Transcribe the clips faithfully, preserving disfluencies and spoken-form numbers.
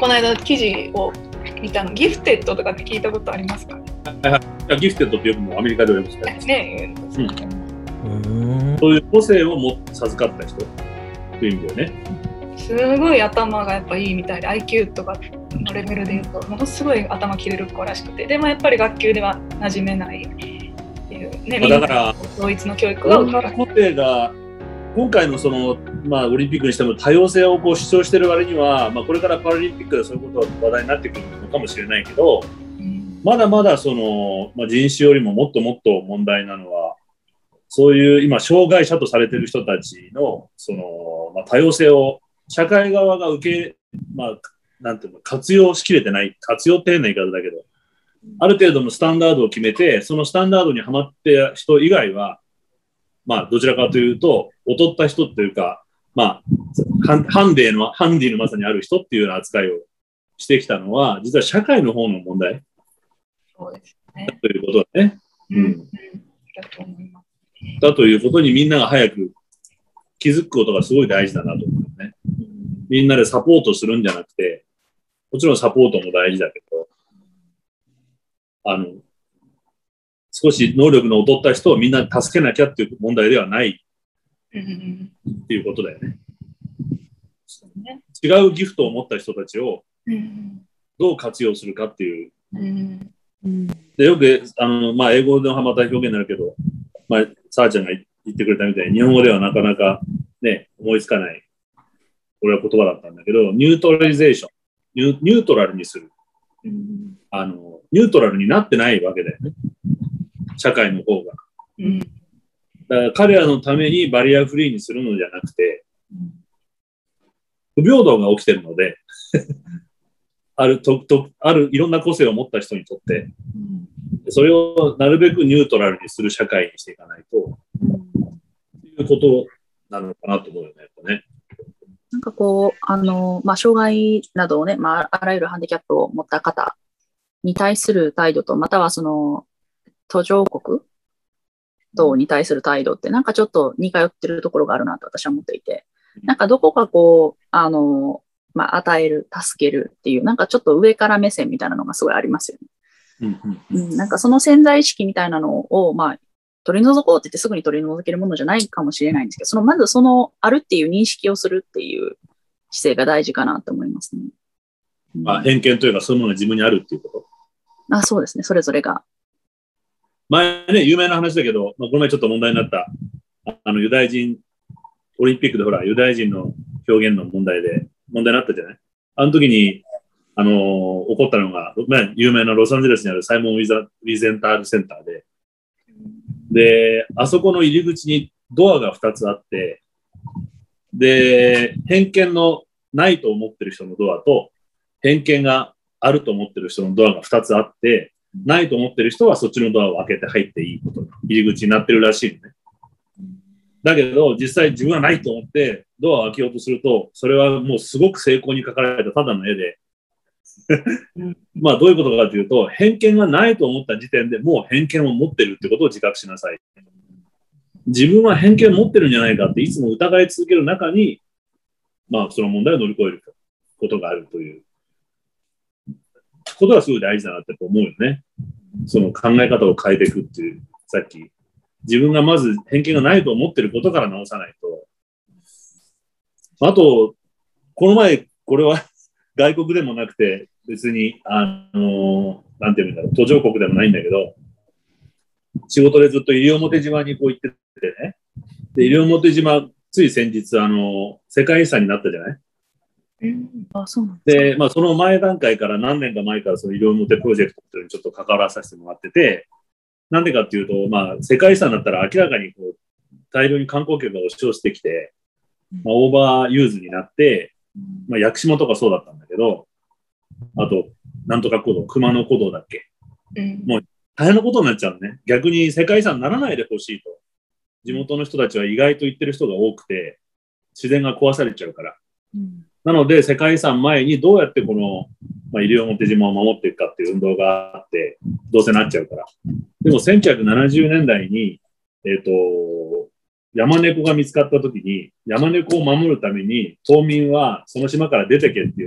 この間記事を見たの、ギフテッドとかって聞いたことありますか？ はいはい、ギフテッドってよくもうアメリカではよく使いますね、うん、 そういう個性をも授かった人という意味ではね。 すごい頭がやっぱいいみたいで アイキュー とかのレベルでいうとものすごい頭切れる子らしくて、でもやっぱり学級では馴染めないっていう、ね、 だから同一の教育が受けられる。 個性が今回のその、まあ、オリンピックにしても多様性をこう主張している割には、まあ、これからパラリンピックでそういうことが話題になってくるのかもしれないけど、うん、まだまだその、まあ、人種よりももっともっと問題なのはそういう今障害者とされている人たちのその、まあ、多様性を社会側が受け、まあ、なんていうの活用しきれてない、活用って変な言い方だけど、ある程度のスタンダードを決めてそのスタンダードにはまって人以外はまあ、どちらかというと、劣った人というか、まあ、ハンディの、ハンディのまさにある人っていうような扱いをしてきたのは、実は社会の方の問題。 そうですね。 ということだね。 うん。うん、だと思います。 だということにみんなが早く気づくことがすごい大事だなと思うね。みんなでサポートするんじゃなくて、もちろんサポートも大事だけど、あの、少し能力の劣った人をみんな助けなきゃっていう問題ではないっていうことだよね。違うギフトを持った人たちをどう活用するかっていう。でよくあの、まあ、英語のまた表現になるけど、まあ、さあちゃんが言ってくれたみたいに日本語ではなかなか、ね、思いつかないこれは言葉だったんだけど、ニュートラリゼーション、ニュ、ニュートラルにする。あのニュートラルになってないわけだよね。社会の方が、うん、だから彼らのためにバリアフリーにするのじゃなくて、不平等が起きてるのであるととあるいろんな個性を持った人にとって、それをなるべくニュートラルにする社会にしていかないと、うん、いうことなのかなと思うよね、やっぱね。 なんかこうあの、まあ、障害などをね、まあ、あらゆるハンディキャップを持った方に対する態度と、またはその途上国等に対する態度ってなんかちょっと似通ってるところがあるなと私は思っていて、なんかどこかこう、あの、まあ、与える、助けるっていう、なんかちょっと上から目線みたいなのがすごいありますよね。うんうんうん、なんかその潜在意識みたいなのを、まあ、取り除こうって言ってすぐに取り除けるものじゃないかもしれないんですけど、そのまずそのあるっていう認識をするっていう姿勢が大事かなと思いますね。 うん、あ、偏見というかそういうものが自分にあるっていうこと。 あ、そうですね、それぞれが。 前ね、有名な話だけど、まあ、この前ちょっと問題になった、あのユダヤ人、オリンピックでほら、ユダヤ人の表現の問題で、問題になったじゃない？あの時に、あのー、起こったのが、ね、有名なロサンゼルスにあるサイモン・ウィザ・ウィゼンタールセンターで、で、あそこの入り口にドアがふたつあって、で、偏見のないと思ってる人のドアと、偏見があると思ってる人のドアがふたつあって、ないと思ってる人はそっちのドアを開けて入っていいことの入り口になってるらしいのね。だけど実際自分はないと思ってドアを開けようとすると、それはもうすごく精巧に描かれたただの絵でまあどういうことかというと、偏見がないと思った時点でもう偏見を持ってるってことを自覚しなさい。自分は偏見を持ってるんじゃないかっていつも疑い続ける中に、まあその問題を乗り越えることがあるということがすごい大事だなって思うよね。その考え方を変えていくっていう、さっき自分がまず偏見がないと思ってることから直さないと。あとこの前これは外国でもなくて別にあのなんていうんだろう、途上国でもないんだけど、仕事でずっと西表島にこう行っててね、で西表島つい先日あの世界遺産になったじゃない。 うん、あ、そうなんですか。で、まあ、その前段階から何年か前からその西表プロジェクトっていうのにちょっと関わらさせてもらってて、なんでかっていうと、まあ、世界遺産だったら明らかにこう大量に観光客が押し寄せてきて、まあ、オーバーユーズになって、まあ、屋久島とかそうだったんだけど、あと、なんとか古道、熊野古道だっけ、うん、もう大変なことになっちゃうね。逆に世界遺産にならないでほしいと。地元の人たちは意外と言ってる人が多くて、自然が壊されちゃうから。うん、なので、世界遺産前にどうやってこの、まあ、西表島を守っていくかっていう運動があって、どうせなっちゃうから。でも、せんきゅうひゃくななじゅうねんだいに、えっと、山猫が見つかったときに、山猫を守るために、島民はその島から出てけっていう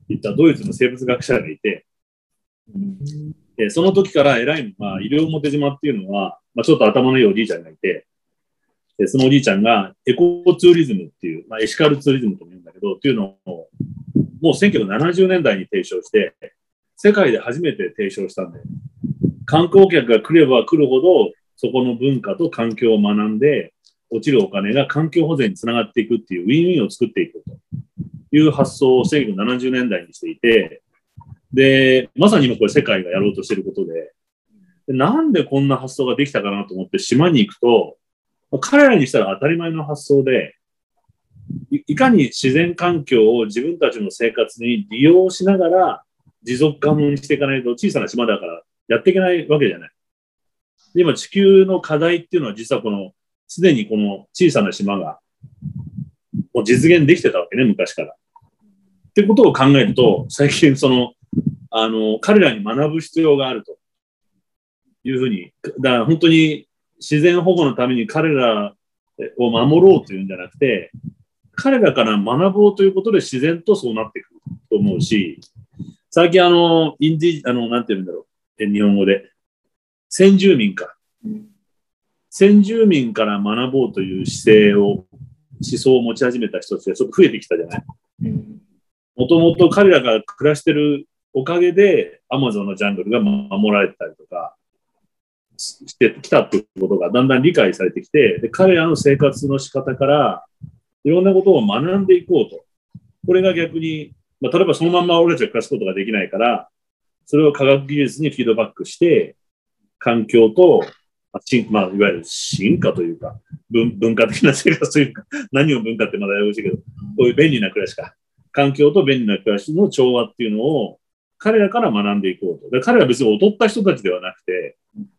いったドイツの生物学者がいて、でその時から偉いのは、西表島っていうのは、まあ、ちょっと頭のいいおじいちゃんがいて、でそのおじいちゃんがエコツーリズムっていう、まあ、エシカルツーリズムとも言うんだけど、っていうのを、もうせんきゅうひゃくななじゅうねんだいに提唱して、世界で初めて提唱したんで、観光客が来れば来るほど、そこの文化と環境を学んで、落ちるお金が環境保全につながっていくっていうウィンウィンを作っていくという発想をせんきゅうひゃくななじゅうねんだいにしていて、で、まさに今これ世界がやろうとしていることで、でなんでこんな発想ができたかなと思って島に行くと、彼らにしたら当たり前の発想で、い, いかに自然環境を自分たちの生活に利用しながら持続可能にしていかないと、小さな島だからやっていけないわけじゃない。で今地球の課題っていうのは実はこの、すでにこの小さな島がもう実現できてたわけね、昔から。ってことを考えると、最近その、あの、彼らに学ぶ必要があるというふうに、だから本当に自然保護のために彼らを守ろうというんじゃなくて、彼らから学ぼうということで自然とそうなっていくと思うし、最近あの、インディ、あの、なんて言うんだろう、日本語で、先住民か。先住民から学ぼうという姿勢を、思想を持ち始めた人たちがちょっと増えてきたじゃない。もともと彼らが暮らしてるおかげで、アマゾンのジャングルが守られてたりとかしてきたっていうことがだんだん理解されてきて、で彼らの生活の仕方からいろんなことを学んでいこうと。これが逆に、まあ、例えばそのまんま俺たちが暮らすことができないから、それを科学技術にフィードバックして、環境と、まあ、いわゆる進化というか文、文化的な生活というか、何を文化ってまだややこしいけど、こういう便利な暮らしか。環境と便利な暮らしの調和っていうのを彼らから学んでいこうと。で彼らは別に劣った人たちではなくて、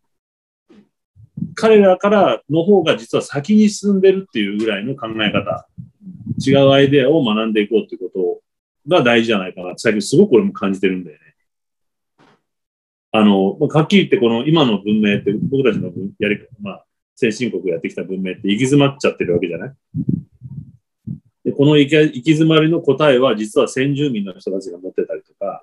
彼らからの方が実は先に進んでるっていうぐらいの考え方、違うアイデアを学んでいこうということが大事じゃないかなって最近すごく俺も感じてるんだよね。あの、はっきり言ってこの今の文明って僕たちのやり、まあ、先進国がやってきた文明って行き詰まっちゃってるわけじゃない。でこの行き、行き詰まりの答えは実は先住民の人たちが持ってたりとか、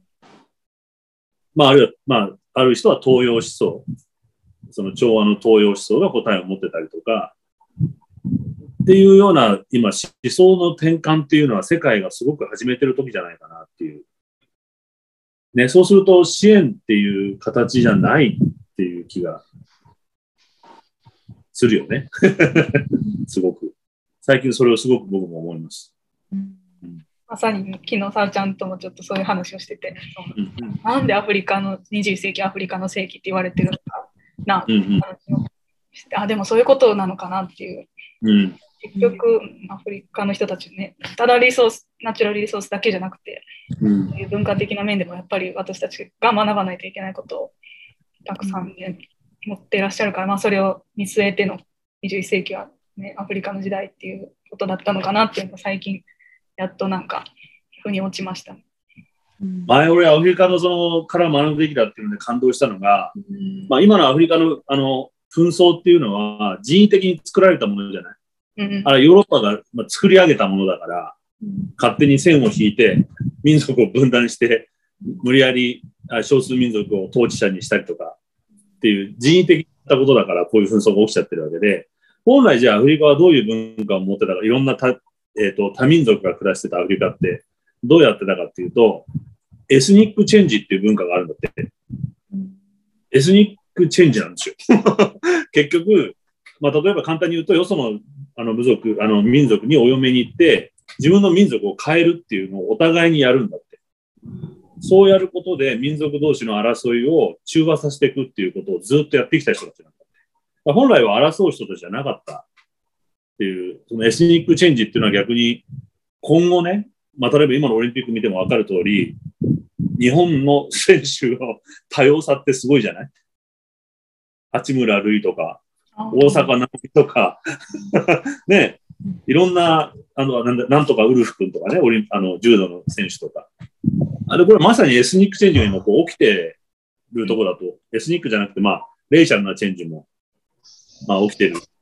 まああるいは、まあある人は東洋思想、その調和の東洋思想が答えを持ってたりとか、っていうような今思想の転換っていうのは世界がすごく始めてる時じゃないかなっていう。ね、そうすると支援っていう形じゃないっていう気がするよね。すごく。最近それをすごく僕も思います。 うんうん、まさに昨日さあちゃんともちょっとそういう話をしてて、うんうん、なんでアフリカのにじゅういっ世紀アフリカの世紀って言われてるのかなっていう話をして、うんうん、あでもそういうことなのかなっていう、うん、結局アフリカの人たちね、ただリソースナチュラルリソースだけじゃなくて、うん、そういう文化的な面でもやっぱり私たちが学ばないといけないことをたくさん、ね、持っていらっしゃるから、まあ、それを見据えてのにじゅういっ世紀はね、アフリカの時代っていうことだったのかなっていうのが最近やっとなんか腑に落ちました。 前俺アフリカのそのから学ぶべきだっていうので感動したのが、うん、まあ、今のアフリカのあの紛争っていうのは人為的に作られたものじゃない、うん、あれヨーロッパが作り上げたものだから、うん、勝手に線を引いて民族を分断して無理やり少数民族を統治者にしたりとかっていう人為的なことだからこういう紛争が起きちゃってるわけで、本来じゃあアフリカはどういう文化を持ってたか、いろんな多、えーと、多民族が暮らしてたアフリカってどうやってたかっていうと、エスニックチェンジっていう文化があるんだって。エスニックチェンジなんですよ。結局、まあ、例えば簡単に言うと、よそのあの部族、あの民族にお嫁に行って、自分の民族を変えるっていうのをお互いにやるんだって。そうやることで民族同士の争いを中和させていくっていうことをずっとやってきた人たちなんだって。本来は争う人たちじゃなかったっていう、そのエスニックチェンジっていうのは逆に今後ね、まあ、例えば今のオリンピック見ても分かる通り、日本の選手の多様さってすごいじゃない？八村塁とか、大坂なおみとか、ね、いろんな、あの、なんだ、なんとかウルフ君とかね、オリンあの柔道の選手とか。あれ、これまさにエスニックチェンジが今こう起きてるところだと、エスニックじゃなくて、まあ、レイシャルなチェンジも、まあ、起きてる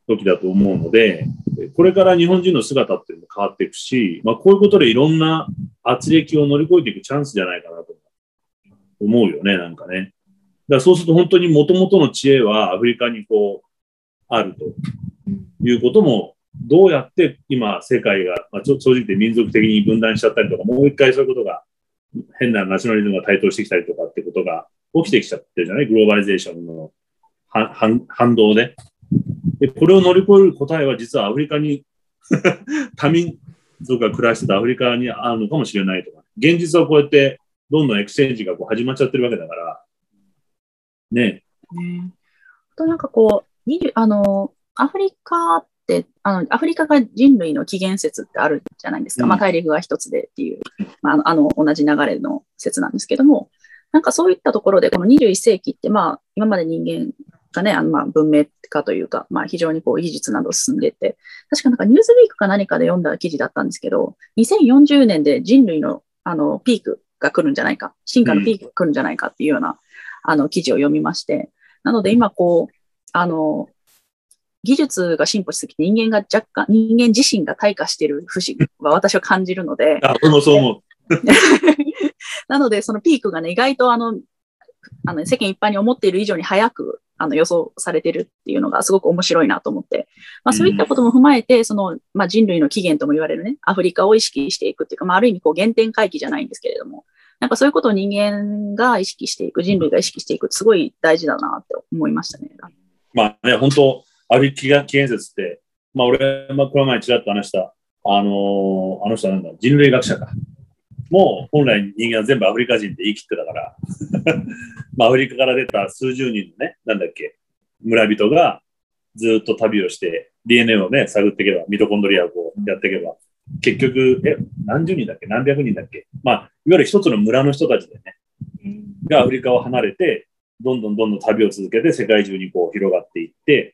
時だと思うので、これから日本人の姿っていうのも変わっていくし、まあ、こういうことでいろんな圧力を乗り越えていくチャンスじゃないかなと思うよね、なんかね。だからそうすると本当に元々の知恵はアフリカにこうあるということも、どうやって今世界が、まあ、ちょ正直言って民族的に分断しちゃったりとか、もう一回そういうことが変なナショナリズムが台頭してきたりとかってことが起きてきちゃってるじゃない、グローバリゼーションの反動で。で、これを乗り越える答えは実はアフリカに多民族が暮らしてたアフリカにあるのかもしれないとか、現実はこうやってどんどんエクスチェンジがこう始まっちゃってるわけだからね。 ね、あとなんかこうあのアフリカってあのアフリカが人類の起源説ってあるじゃないですか、うん、まあ、大陸が一つでっていう、まあ、あの同じ流れの説なんですけども、なんかそういったところでこのにじゅういっ世紀って、まあ、今まで人間がね、あのまあ文明化というか、まあ、非常にこう技術など進んでいって、確かなんかニュースウィークか何かで読んだ記事だったんですけど、にせんよんじゅうねんで人類の、あのピークが来るんじゃないか、進化のピークが来るんじゃないかっていうような、うん、あの記事を読みまして、なので今こう、あの、技術が進歩しすぎて人間が若干、人間自身が退化している節は私は感じるので、 あ、俺もそう思う。 なのでそのピークがね、意外とあの、あの世間一般に思っている以上に早くあの予想されているっていうのがすごく面白いなと思って、まあ、そういったことも踏まえて、そのまあ、人類の起源とも言われるね、アフリカを意識していくっていうか、まあ、ある意味こう原点回帰じゃないんですけれども、なんかそういうことを人間が意識していく、人類が意識していくってすごい大事だなって思いましたね。 まあね、本当、アフリカ起源説って、まあ俺、まあ、この前ちらっと話した、あのー、あの人なんだ、人類学者か。もう本来人間は全部アフリカ人で言い切ってたから、まあアフリカから出た数十人のね、なんだっけ、村人がずっと旅をして、ディーエヌエー をね、探っていけば、ミトコンドリアをこうやっていけば、結局、え、何十人だっけ何百人だっけまあ、いわゆる一つの村の人たちでね、がアフリカを離れて、どんどんどんどん旅を続けて世界中にこう広がっていって、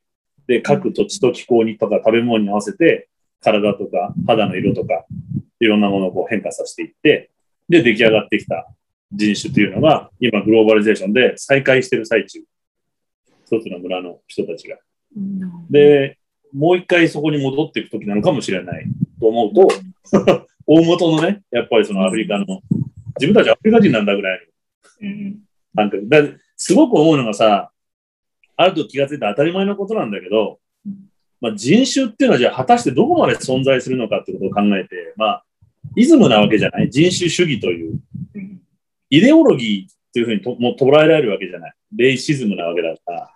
で、各土地と気候にとか食べ物に合わせて、体とか肌の色とか、いろんなものをこう変化させていって、で、出来上がってきた人種というのが、今グローバリゼーションで再開している最中。一つの村の人たちが。で、もう一回そこに戻っていくときなのかもしれないと思うと、大元のね、やっぱりそのアフリカの、自分たちアフリカ人なんだぐらいの感覚。だすごく思うのがさ、あると気がついた当たり前のことなんだけど、まあ、人種っていうのはじゃあ果たしてどこまで存在するのかってことを考えて、まあ、イズムなわけじゃない。人種主義という。イデオロギーっていうふうにとも捉えられるわけじゃない。レイシズムなわけだから。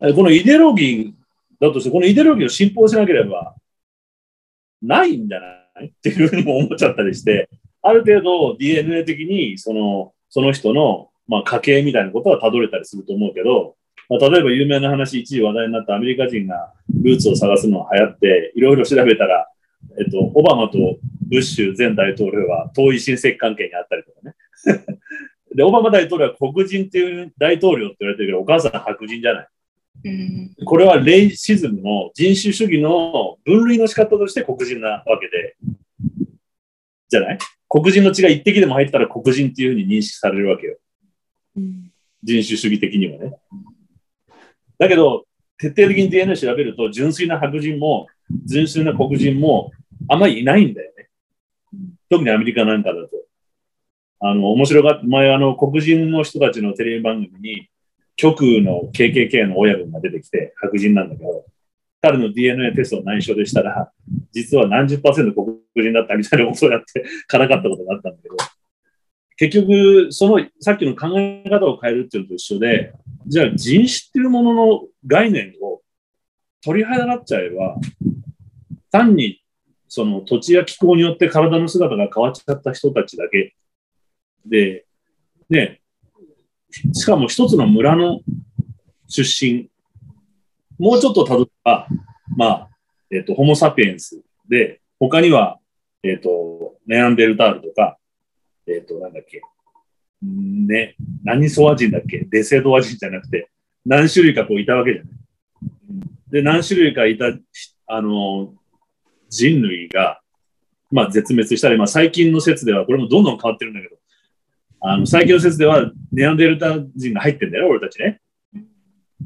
このイデオロギーだとして、このイデオロギーを信奉しなければないんじゃないっていうふうにも思っちゃったりして、ある程度 ディーエヌエー 的にその、その人の、まあ、家系みたいなことは辿れたりすると思うけど、まあ、例えば有名な話、一時話題になったアメリカ人がルーツを探すのが流行って、いろいろ調べたら、えっと、オバマとブッシュ前大統領は遠い親戚関係にあったりとかね。で、オバマ大統領は黒人っていう大統領って言われてるけど、お母さんは白人じゃない。うん、これはレイシズムの人種主義の分類の仕方として黒人なわけで、じゃない？黒人の血が一滴でも入ったら黒人っていうふうに認識されるわけよ。うん、人種主義的にはね。だけど、徹底的に ディーエヌエー 調べると、純粋な白人も、純粋な黒人も、あんまりいないんだよね。特にアメリカなんかだと。あの、面白がって、前あの、黒人の人たちのテレビ番組に、極右の ケーケーケー の親分が出てきて、白人なんだけど、彼の ディーエヌエー テストを内緒でしたら、実は何十パーセント黒人だったみたいなことをやって、からかったことがあったんだけど、結局、その、さっきの考え方を変えるっていうのと一緒で、じゃあ人種っていうものの概念を取り払っちゃえば、単にその土地や気候によって体の姿が変わっちゃった人たちだけで、ね、しかも一つの村の出身、もうちょっとたどった、まあ、えっと、ホモ・サピエンスで、他には、えっと、ネアンデルタールとか、えっと、なんだっけ、ね、何ソワ人だっけ、デセドワ人じゃなくて、何種類かこういたわけじゃない。で、何種類かいた、あの、人類が、まあ、絶滅したり、まあ、最近の説では、これもどんどん変わってるんだけど、あの、最近の説では、ネアンデルタ人が入ってんだよ、俺たちね。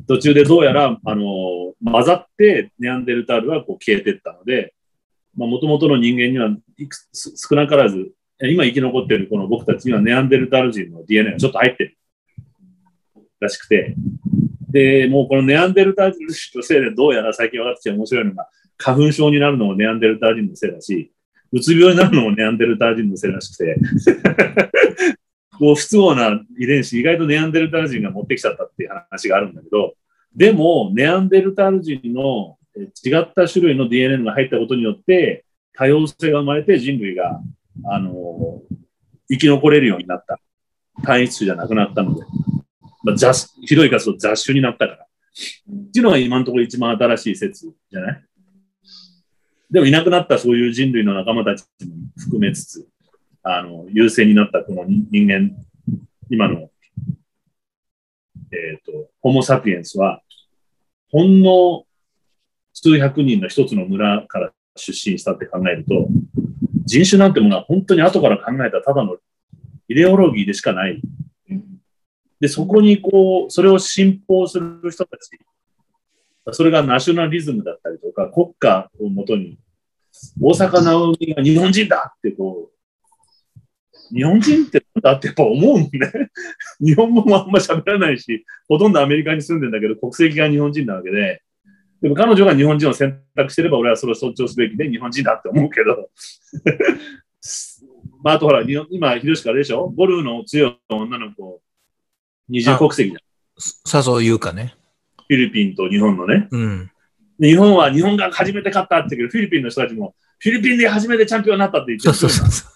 途中でどうやら、あの、混ざってネアンデルタールはこう消えていったので、もともとの人間にはいくつ少なからず、今生き残っているこの僕たちにはネアンデルタール人の ディーエヌエー がちょっと入ってるらしくて、で、もうこのネアンデルタール人のせいでどうやら最近分かってきて面白いのが、花粉症になるのもネアンデルタール人のせいだし、うつ病になるのもネアンデルタール人のせいらしくて、こう不都合な遺伝子、意外とネアンデルタール人が持ってきちゃったっていう話があるんだけど、でも、ネアンデルタール人の違った種類の ディーエヌエー が入ったことによって、多様性が生まれて人類が、あの、生き残れるようになった。単一種じゃなくなったので、まあ、雑ひどいかつと雑種になったから。っていうのが今のところ一番新しい説じゃない？でもいなくなったそういう人類の仲間たちも含めつつ、あの、優勢になったこの人間、今の、えっと、ホモ・サピエンスは、ほんの数百人の一つの村から出身したって考えると、人種なんてものは本当に後から考えたただのイデオロギーでしかない。で、そこにこう、それを信奉する人たち、それがナショナリズムだったりとか、国家をもとに、大坂なおみが日本人だってこう、日本人ってなんだってやっぱ思うもんね。日本語もあんま喋らないし、ほとんどアメリカに住んでんだけど、国籍が日本人なわけで、でも彼女が日本人を選択してれば、俺はそれを尊重すべきで日本人だって思うけど、まあ、あとほら、今、広島でしょ、ゴルフの強い女の子、二重国籍じゃん。 笹生優花ね。 フィリピンと日本のね。 うん。 日本は、日本が初めて勝ったって言うけど、フィリピンの人たちも、フィリピンで初めてチャンピオンになったって言ってる。 そうそうそう。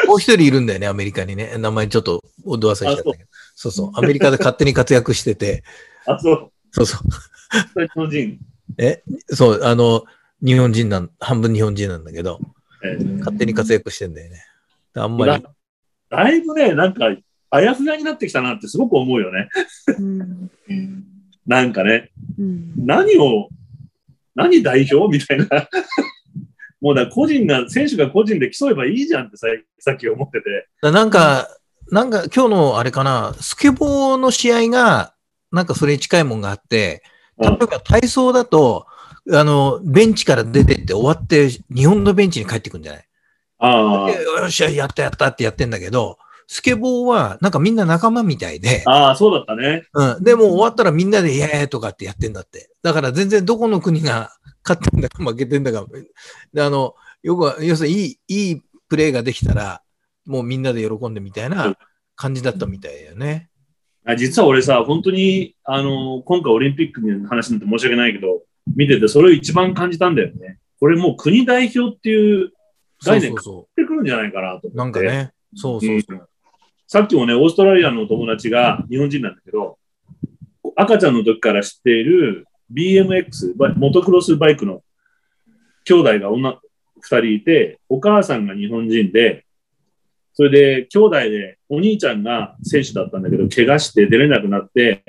もう一人いるんだよね、アメリカにね。名前ちょっとおど忘れしちゃったけど。そうそう。アメリカで勝手に活躍してて。 あ、そう。 そうそう。 日本人。 え、そう、あの、日本人なん、半分日本人なんだけど、えー、勝手に活躍してんだよね。あんまり。 だいぶね、なんか、あやふやになってきたなってすごく思うよね。 うんなんかね、 うん、 何を、何代表みたいな。もうだ個人が、選手が個人で競えばいいじゃんってさ、さっき思ってて。 なんか、なんか今日のあれかな、スケボーの試合が、なんかそれに近いもんがあって、例えば体操だと、あの、ベンチから出てって終わって、日本のベンチに帰ってくるんじゃない？ああ。よっしゃ、やったやったってやってんだけど、スケボーはなんかみんな仲間みたいで。 ああ、そうだったね。 うん。でも終わったらみんなでイエーイとかってやってんだって。だから全然どこの国が勝ってんだか負けてんだか。で、あの、よく、要するにいい、いいプレーができたら、もうみんなで喜んでみたいな感じだったみたいだよね。 実は俺さ、本当に、あの、今回オリンピックの話なんて申し訳ないけど、見ててそれを一番感じたんだよね。これもう国代表っていう概念がってくるんじゃないかなと思って。 なんかね、そうそうそう、うん。 さっきもね、オーストラリアの友達が日本人なんだけど、赤ちゃんの時から知っている ビーエムエックス、モトクロスバイクの兄弟が女ふたりいて、お母さんが日本人で、それで兄弟でお兄ちゃんが選手だったんだけど、怪我して出れなくなって、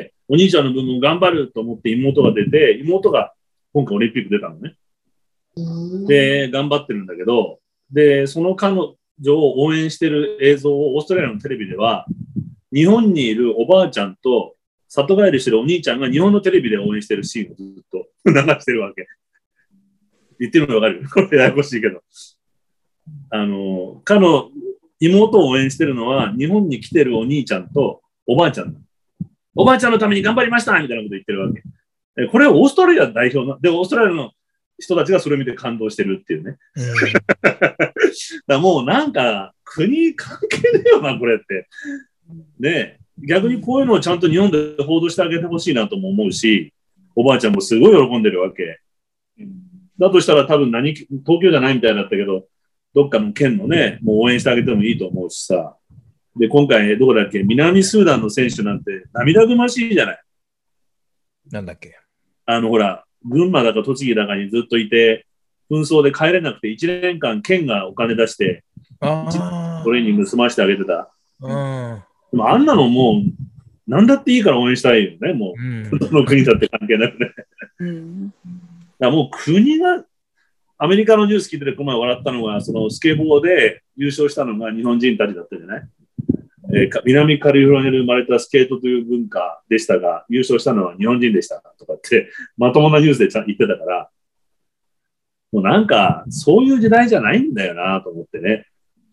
お兄ちゃんの分も頑張ると思って妹が出て、妹が今回オリンピック出たのね。で、頑張ってるんだけど、で、その彼女を応援してる映像をオーストラリアのテレビでは、日本にいるおばあちゃんと里帰りしてるお兄ちゃんが日本のテレビで応援してるシーンをずっと流してるわけ。言ってるのわかる？これややこしいけど。あの、彼の妹を応援してるのは日本に来てるお兄ちゃんとおばあちゃんだ。おばあちゃんのために頑張りましたみたいなこと言ってるわけ。これはオーストラリア代表の、で、オーストラリアの人たちがそれを見て感動してるっていうね。うん、だからもうなんか、国関係ねえよな、これって。ね、逆にこういうのをちゃんと日本で報道してあげてほしいなとも思うし、おばあちゃんもすごい喜んでるわけ。だとしたら多分何、東京じゃないみたいだったけど、どっかの県のね、もう応援してあげてもいいと思うしさ。で、今回どこだっけ、南スーダンの選手なんて涙ぐましいじゃない。 なんだっけ。 あの、ほら、群馬だか栃木だかにずっといて、紛争で帰れなくていちねんかん県がお金出して、 あトレーニング済ましてあげてた。 うん、 でもあんなのもう、なんだっていいから応援したいよね、もう。うん、どの国だって関係なくね。うん、だからもう国が、アメリカのニュース聞いててこの前笑ったのが、そのスケボーで優勝したのが日本人たちだったじゃない。 えー、南カリフォルニアで生まれたスケートという文化でしたが、優勝したのは日本人でしたとかって、まともなニュースで言ってたから、もうなんか、そういう時代じゃないんだよなと思ってね。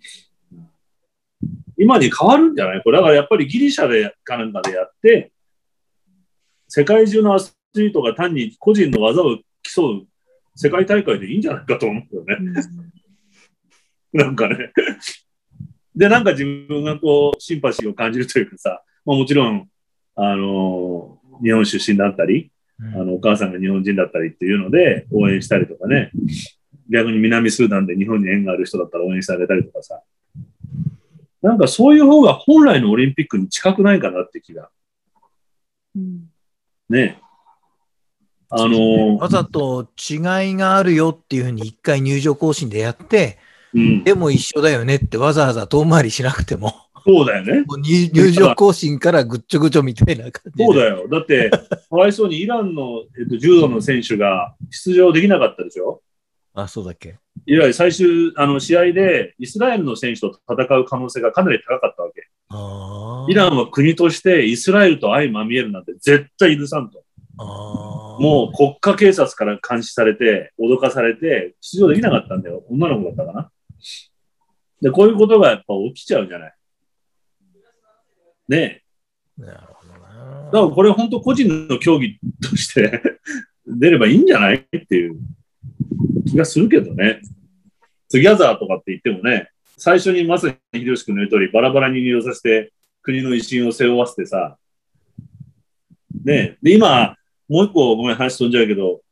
今に変わるんじゃないこれだからやっぱりギリシャでかなんかでやって、世界中のアスリートが単に個人の技を競う世界大会でいいんじゃないかと思うよね。うん、なんかね。で、なんか自分がこう、シンパシーを感じるというかさ、まあ、もちろん、あのー、日本出身だったり、うん、あの、お母さんが日本人だったりっていうので応援したりとかね、逆に南スーダンで日本に縁がある人だったら応援してあげたりとかさ、なんかそういう方が本来のオリンピックに近くないかなって気が。うん、ね。あのー、 わざと違いがあるよっていうふうに一回入場行進でやって、うん、でも一緒だよねってわざわざ遠回りしなくても。 そうだよね。 もう入場行進からぐっちょぐちょみたいな感じで。 そうだよ。だって、かわいそうにイランの、えっと、柔道の選手が出場できなかったでしょ。 あ、そうだっけ。 いわゆる最終あの試合でイスラエルの選手と戦う可能性がかなり高かったわけ。あイランは国としてイスラエルと相まみえるなんて絶対許さんと。あもう国家警察から監視されて、脅かされて、出場できなかったんだよ。女の子だったかな。で、こういうことがやっぱ起きちゃうじゃない。ねえ。なるほどな。だからこれ本当個人の競技として出ればいいんじゃないっていう気がするけどね。トゥギャザーとかって言ってもね、最初にまさに秀吉君の言う通り、バラバラに入場させて、国の威信を背負わせてさ、ねえ。で、今、もう一個ごめん話飛んじゃうけど、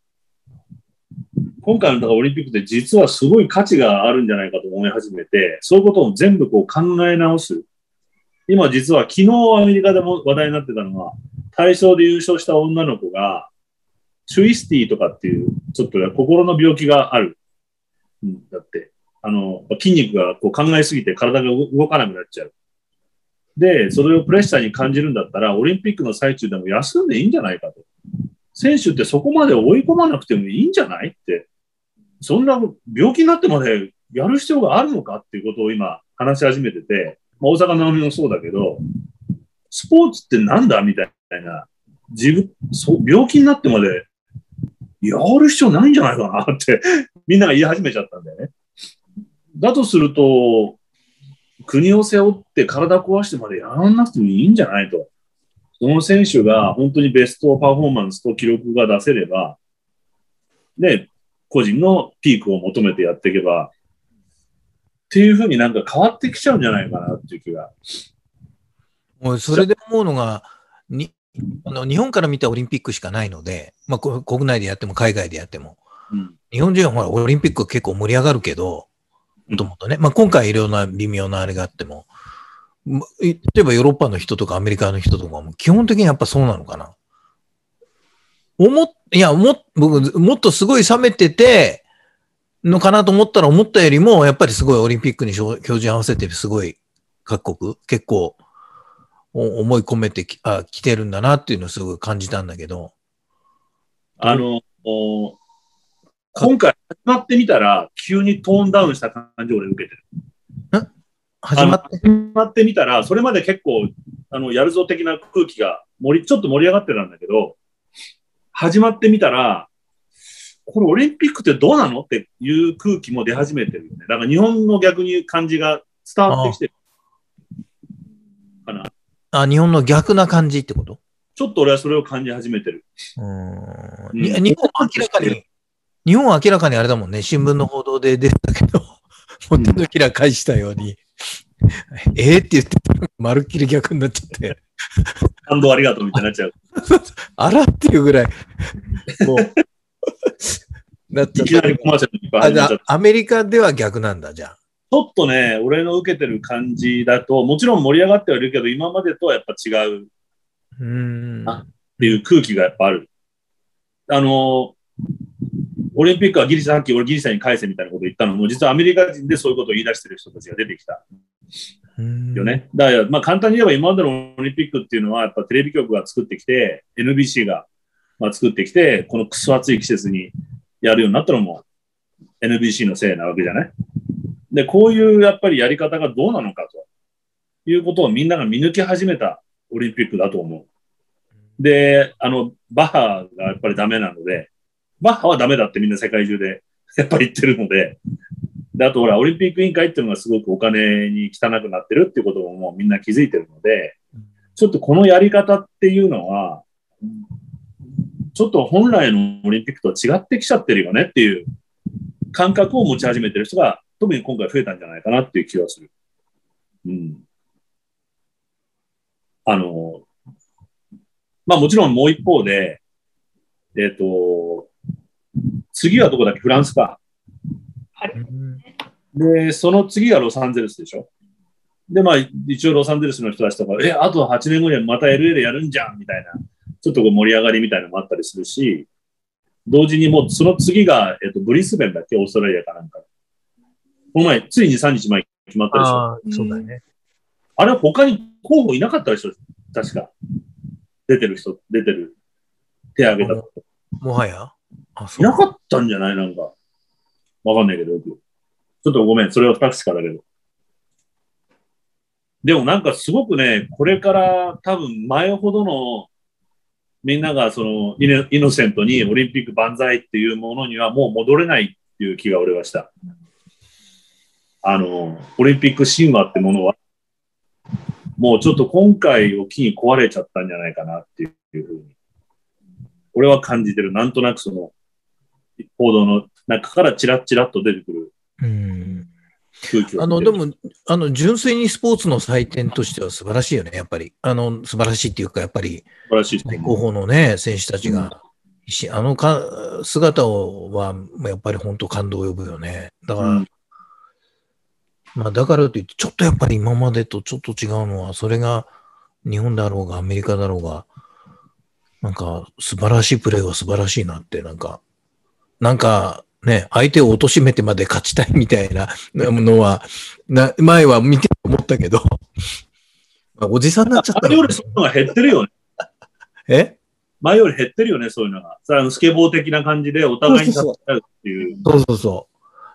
今回のだからオリンピックって実はすごい価値があるんじゃないかと思い始めて、そういうことを全部こう考え直す。今実は昨日アメリカでも話題になってたのは、体操で優勝した女の子が、シュイスティとかっていう、ちょっと心の病気がある。うん、だって、あの、筋肉がこう考えすぎて体が動かなくなっちゃう。で、それをプレッシャーに感じるんだったら、オリンピックの最中でも休んでいいんじゃないかと。選手ってそこまで追い込まなくてもいいんじゃないって。そんな病気になってまでやる必要があるのかっていうことを今話し始めてて、まあ、大阪なおみもそうだけど、スポーツってなんだみたいな、自分、そう、病気になってまでやる必要ないんじゃないかなってみんなが言い始めちゃったんだよね。だとすると、国を背負って体壊してまでやらなくてもいいんじゃないと。その選手が本当にベストパフォーマンスと記録が出せれば、ね、個人のピークを求めてやっていけば、っていうふうになんか変わってきちゃうんじゃないかなっていう気が。 もうそれで思うのが、にあの日本から見たオリンピックしかないので、まあ、国内でやっても海外でやっても、うん、日本人はほらオリンピック結構盛り上がるけど、もともとね、まあ、今回いろんな微妙なあれがあっても、例えばヨーロッパの人とかアメリカの人とかも基本的にやっぱそうなのかな。思っ、いや、も、僕、もっとすごい冷めててのかなと思ったら思ったよりも、やっぱりすごいオリンピックに標準合わせてすごい各国結構思い込めてき、あ、来てるんだなっていうのをすごい感じたんだけど。 あの、今回始まってみたら急にトーンダウンした感じを俺受けてる。 ん始まって始まってみたら、それまで結構、あの、やるぞ的な空気が盛り、ちょっと盛り上がってたんだけど、始まってみたら、これオリンピックってどうなのっていう空気も出始めてるよね。だから日本の逆に感じが伝わってきてるかな。 あ、日本の逆な感じってこと？ ちょっと俺はそれを感じ始めてる。 うーん、日本は明らかに、日本は明らかにあれだもんね。新聞の報道で出てたけど、もう手のひら返したように、うん、えーって言ってたら、まるっきり逆になっちゃって。 感動ありがとうみたいになっちゃう。 あらっていうぐらい、もう、なっちゃった。いきなりコマーシャルにいっぱい始まっちゃった。アメリカでは逆なんだ、じゃあ。 ちょっとね、俺の受けてる感じだと、もちろん盛り上がってはいるけど、今までとはやっぱ違う。うーん。っていう空気がやっぱある。あの、オリンピックはギリシャ、さっき俺ギリシャに返せみたいなこと言ったのも、実はアメリカ人でそういうことを言い出してる人たちが出てきた。よね。だから、まあ簡単に言えば今までのオリンピックっていうのは、やっぱテレビ局が作ってきて、エヌビーシー がまあ作ってきて、このクソ暑い季節にやるようになったのも エヌビーシー のせいなわけじゃない。で、こういうやっぱりやり方がどうなのかと。 いうことをみんなが見抜き始めたオリンピックだと思う。で、あの、バッハがやっぱりダメなので、バッハはダメだってみんな世界中でやっぱり言ってるので、で、あとほら、オリンピック委員会っていうのがすごくお金に汚くなってるっていうことももうみんな気づいてるので、ちょっとこのやり方っていうのは、ちょっと本来のオリンピックと違ってきちゃってるよねっていう感覚を持ち始めてる人が特に今回増えたんじゃないかなっていう気はする。うん。あの、まあもちろんもう一方で、えっと、次はどこだっけ？フランスか。 はい。 で、その次がロサンゼルスでしょ。で、まあ一応ロサンゼルスの人たちとか、え、あとはちねんごにはまた エルエー でやるんじゃんみたいな、ちょっとこう盛り上がりみたいなのもあったりするし、同時にもうその次が、えっと、ブリスベンだっけ？オーストラリアかなんか。この前、ついにさんにちまえ決まったでしょ。 ああ、そうだね。 あれ他に候補いなかったでしょ？確か。出てる人、出てる。手挙げた。 もはやあ、そう。いなかったんじゃない？なんか。わかんないけど、よく。ちょっとごめん。それは不確かだけど。でもなんかすごくね、これから多分前ほどのみんながそのイノ、イノセントにオリンピック万歳っていうものにはもう戻れないっていう気が俺はした。あの、オリンピック神話ってものは、もうちょっと今回を機に壊れちゃったんじゃないかなっていうふうに、俺は感じてる。なんとなくその、報道の中からチラッチラッと出てくる空気を。 あの、でも、あの、純粋にスポーツの祭典としては素晴らしいよね、やっぱり。あの、素晴らしいっていうか、やっぱり、 素晴らしい最高峰のね、選手たちが、うん、あのか姿をは、やっぱり本当感動を呼ぶよね。だから、うん、まあ、だからといって、ちょっとやっぱり今までとちょっと違うのは、それが日本だろうが、アメリカだろうが、なんか、素晴らしいプレーは素晴らしいなって、なんか、なんか、ね、相手を貶めてまで勝ちたいみたいなのは、な前は見て思ったけど、まあ、おじさんになっちゃった、 ね。前よりそういうのが減ってるよね。 え前より減ってるよね、そういうのが。さスケボー的な感じでお互いに勝っちゃうっていう。 そうそうそう。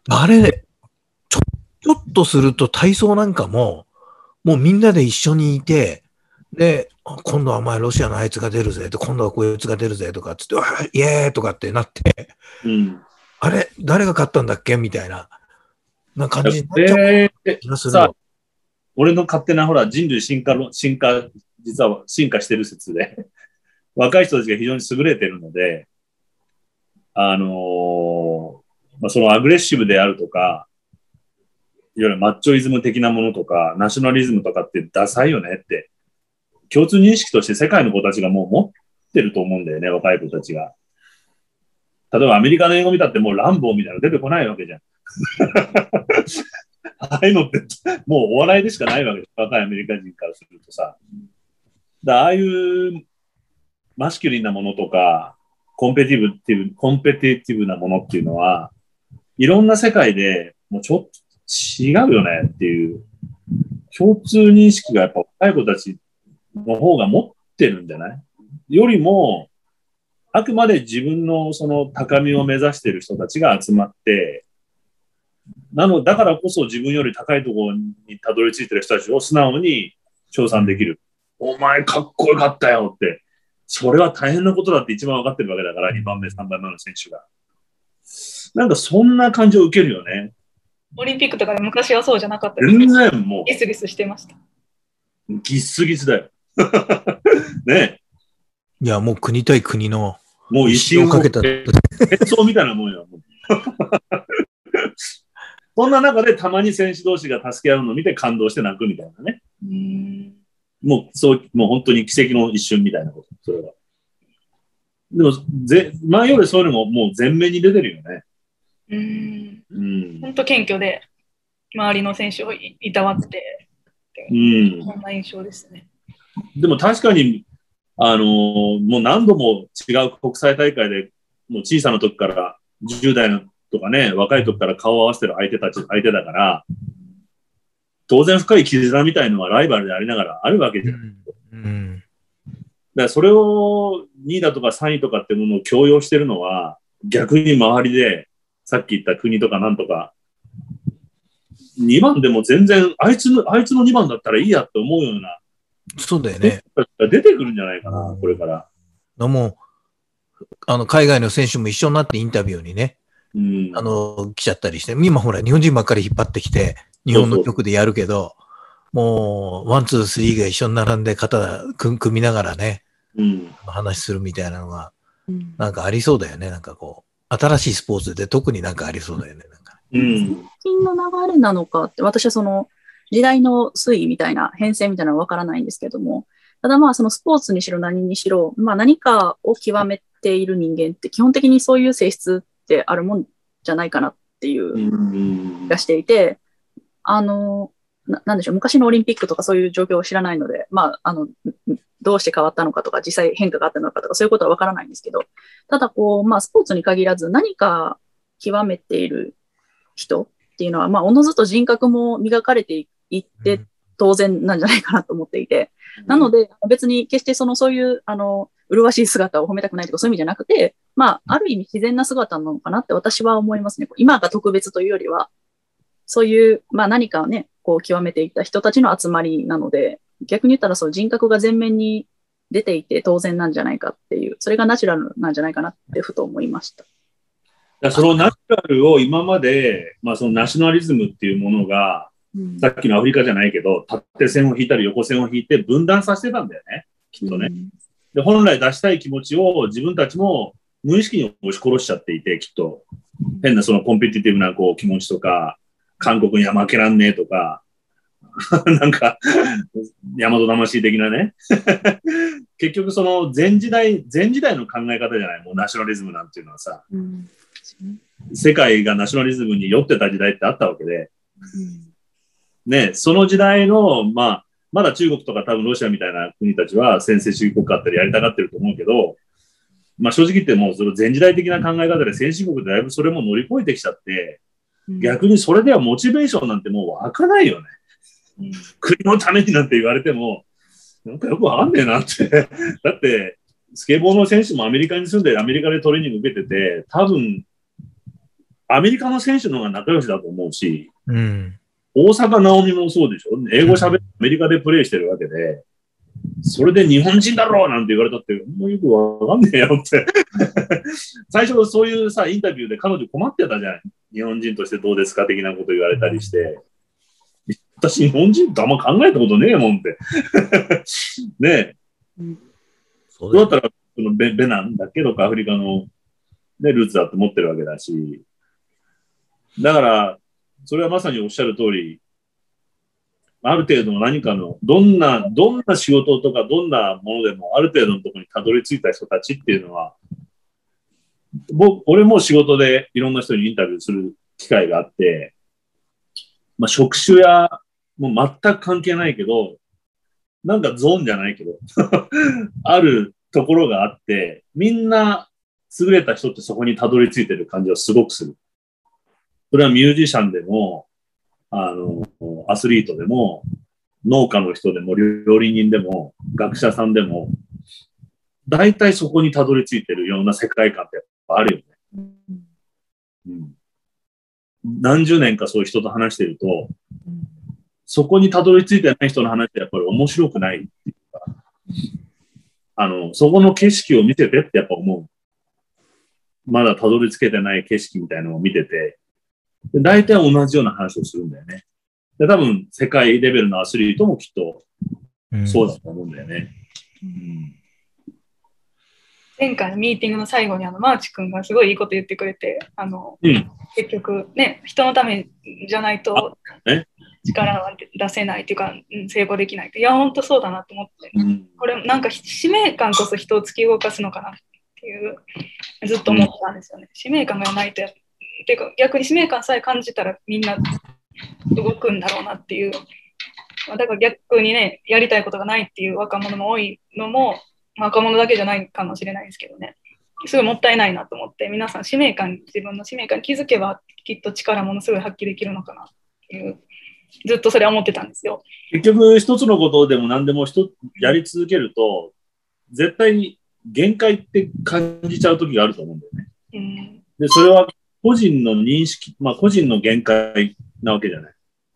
あれ、ちょ、ちょっとすると体操なんかも、もうみんなで一緒にいて、で、今度はお前ロシアのあいつが出るぜと、今度はこいつが出るぜとかっつって、イエーイとかってなって、 うん、 あれ誰が勝ったんだっけみたいな、な感じになっちゃう気がするの。 さあ、俺の勝手なほら人類進化の、進化、実は進化してる説で、若い人たちが非常に優れてるので、あのー、まあ、そのアグレッシブであるとか、いわゆるマッチョイズム的なものとか、ナショナリズムとかってダサいよねって、共通認識として世界の子たちがもう持ってると思うんだよね、若い子たちが。例えばアメリカの英語見たってもうランボーみたいなの出てこないわけじゃん。ああいうのってもうお笑いでしかないわけです。若いアメリカ人からするとさ。だああいうマスキュリンなものとか、コンペティブっていう、コンペティティブなものっていうのは、いろんな世界でもうちょっと違うよねっていう共通認識がやっぱ若い子たちの方が持ってるんじゃないよりも、あくまで自分のその高みを目指している人たちが集まって、なの、だからこそ自分より高いところにたどり着いている人たちを素直に称賛できる。お前かっこよかったよって。それは大変なことだって一番分かってるわけだから、にばんめ、さんばんめの選手が。なんかそんな感じを受けるよね。 オリンピックとかで昔はそうじゃなかったです。全然もう。 ギスギスしてました。 ギスギスだよ。ねいや、もう国対国の。 もう一心をかけた。 戦争みたいなもんよ。そんな中でたまに選手同士が助け合うのを見て感動して泣くみたいなね。 うんもう、そう、もう本当に奇跡の一瞬みたいなこと、それは。でも、ぜ前よりそういうのももう前面に出てるよね。 うん。 うん。 本当謙虚で、周りの選手をいたわって、 うん。 そんな印象ですね。 でも確かに、あのー、もう何度も違う国際大会で、もう小さな時からじゅう代のとかね、若い時から顔を合わせてる相手たち、相手だから、当然深い絆みたいのはライバルでありながらあるわけじゃん。うんうん、だからそれをにいだとかさんいとかってものを強要してるのは、逆に周りで、さっき言った国とかなんとか、 にばんでも全然、あいつの、あいつのにばんだったらいいやって思うような。 そうだよね。 出てくるんじゃないかな、これから。 もう、あの、海外の選手も一緒になってインタビューにね、うん、あの、来ちゃったりして、今ほら、日本人ばっかり引っ張ってきて、日本の曲でやるけど、そうそうもう、ワン、ツー、スリーが一緒に並んで肩組みながらね、うん、話するみたいなのが、なんかありそうだよね。なんかこう、新しいスポーツで特になんかありそうだよね。なんかうん、最近の流れなのかって、私はその時代の推移みたいな、変遷みたいなのはわからないんですけども、ただまあそのスポーツにしろ何にしろ、まあ何かを極めている人間って基本的にそういう性質ってあるもんじゃないかなっていう気がしていて、あの、な, なんでしょう、昔のオリンピックとかそういう状況を知らないので、まあ、あの、どうして変わったのかとか、実際変化があったのかとか、そういうことはわからないんですけど、ただこう、まあ、スポーツに限らず何か極めている人っていうのは、まあ、おのずと人格も磨かれていって当然なんじゃないかなと思っていて、うん、なので、別に決してその、そういう、あの、麗しい姿を褒めたくないとかそういう意味じゃなくて、まあ、ある意味自然な姿なのかなって私は思いますね。今が特別というよりは、そういう、まあ何かをね、こう極めていった人たちの集まりなので、逆に言ったらそう人格が前面に出ていて当然なんじゃないかっていう、それがナチュラルなんじゃないかなってふと思いました。 だそのナチュラルを今まで、まあそのナショナリズムっていうものが、うん、さっきのアフリカじゃないけど、縦線を引いたり横線を引いて分断させてたんだよね、きっとね。うん、で本来出したい気持ちを自分たちも無意識に押し殺しちゃっていて、きっと変なそのコンペティティブなこう気持ちとか、韓国には負けらんねえとか、なんか、大和魂的なね。結局その前時代、前時代の考え方じゃない、もうナショナリズムなんていうのはさ、うん、世界がナショナリズムに酔ってた時代ってあったわけで、うん、ね、その時代の、まあ、まだ中国とか多分ロシアみたいな国たちは専制主義国家ってやりたがってると思うけど、まあ正直言ってもうその前時代的な考え方で先進国でだいぶそれも乗り越えてきちゃって、逆にそれではモチベーションなんてもう湧かないよね。うん、国のためになんて言われても、なんかよくわかんねえなって。だって、スケボーの選手もアメリカに住んでアメリカでトレーニング受けてて、多分、アメリカの選手の方が仲良しだと思うし、うん、大坂なおみもそうでしょ。英語喋ってアメリカでプレーしてるわけで、それで日本人だろうなんて言われたって、もうよくわかんねえよって。最初そういうさ、インタビューで彼女困ってたじゃん。日本人としてどうですか的なこと言われたりして。私、日本人ってあんま考えたことねえもんって。ねえ。そうだったら、そのベ、ベナンだけどか、アフリカの、ね、ルーツだって持ってるわけだし。だから、それはまさにおっしゃる通り、ある程度の何かの、どんな、どんな仕事とか、どんなものでも、ある程度のところにたどり着いた人たちっていうのは、僕、俺も仕事でいろんな人にインタビューする機会があって、まあ、職種や、もう全く関係ないけど、なんかゾーンじゃないけど、あるところがあって、みんな優れた人ってそこにたどり着いてる感じはすごくする。それはミュージシャンでも、あの、アスリートでも、農家の人でも、料理人でも、学者さんでも、大体そこにたどり着いてるような世界観ってやっぱあるよね。うん、何十年かそういう人と話してると、そこにたどり着いてない人の話ってやっぱり面白くないっていうか、あの、そこの景色を見ててってやっぱ思う。まだたどり着けてない景色みたいなのを見てて、で大体同じような話をするんだよね。で多分世界レベルのアスリートもきっとそうだと思うんだよね。うんうん前回のミーティングの最後にあのマーチ君がすごいいいこと言ってくれて、あの、うん、結局ね、人のためじゃないと力は出せないっていうか、成功できないって。いや、本当そうだなと思って、うん、これなんか使命感こそ人を突き動かすのかなっていう、ずっと思ったんですよね。うん、使命感がないとや、っていうか逆に使命感さえ感じたらみんな動くんだろうなっていう。だから逆にね、やりたいことがないっていう若者も多いのも、若者だけじゃないかもしれないですけどね、すごいもったいないなと思って、皆さん使命感、自分の使命感に気づけばきっと力ものすごい発揮できるのかなっていう、ずっとそれは思ってたんですよ。 結局一つのことでも何でも一やり続けると絶対に限界って感じちゃう時があると思うんだよね。うん、でそれは個人の認識、まあ個人の限界なわけじゃない。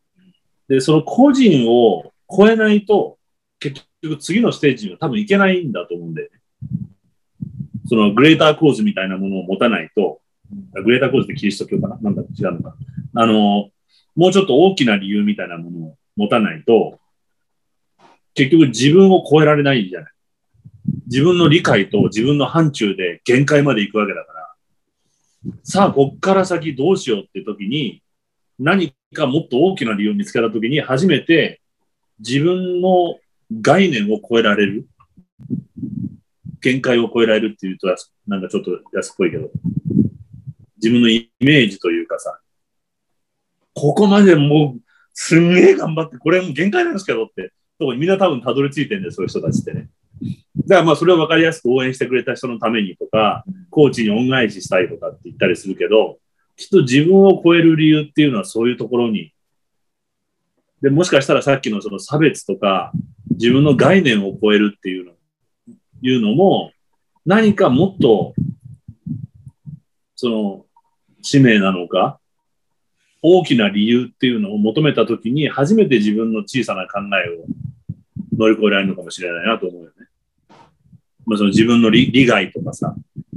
で、その個人を超えないと、結局次のステージには多分いけないんだと思うんだよね。そのグレーターコーズみたいなものを持たないと、グレーターコーズってキリスト教かななんだ違うのか。あの、もうちょっと大きな理由みたいなものを持たないと、結局自分を超えられないじゃない。自分の理解と自分の範疇で限界まで行くわけだから、さあ、こっから先どうしようって時に、何かもっと大きな理由を見つけた時に、初めて自分の概念を超えられる。限界を超えられるっていうと、なんかちょっと安っぽいけど、自分のイメージというかさ、ここまでもうすんげえ頑張って、これもう限界なんですけどって、とこにみんな多分たどり着いてるんだよ、そういう人たちってね。だからまあそれを分かりやすく応援してくれた人のためにとか、コーチに恩返ししたいとかって言ったりするけど、きっと自分を超える理由っていうのはそういうところに、で、もしかしたらさっきのその差別とか、自分の概念を超えるっていうの、いうのも、何かもっと、その、使命なのか、大きな理由っていうのを求めたときに、初めて自分の小さな考えを乗り越えられるのかもしれないなと思うよね。まあ、その自分の 利, 利害とかさ、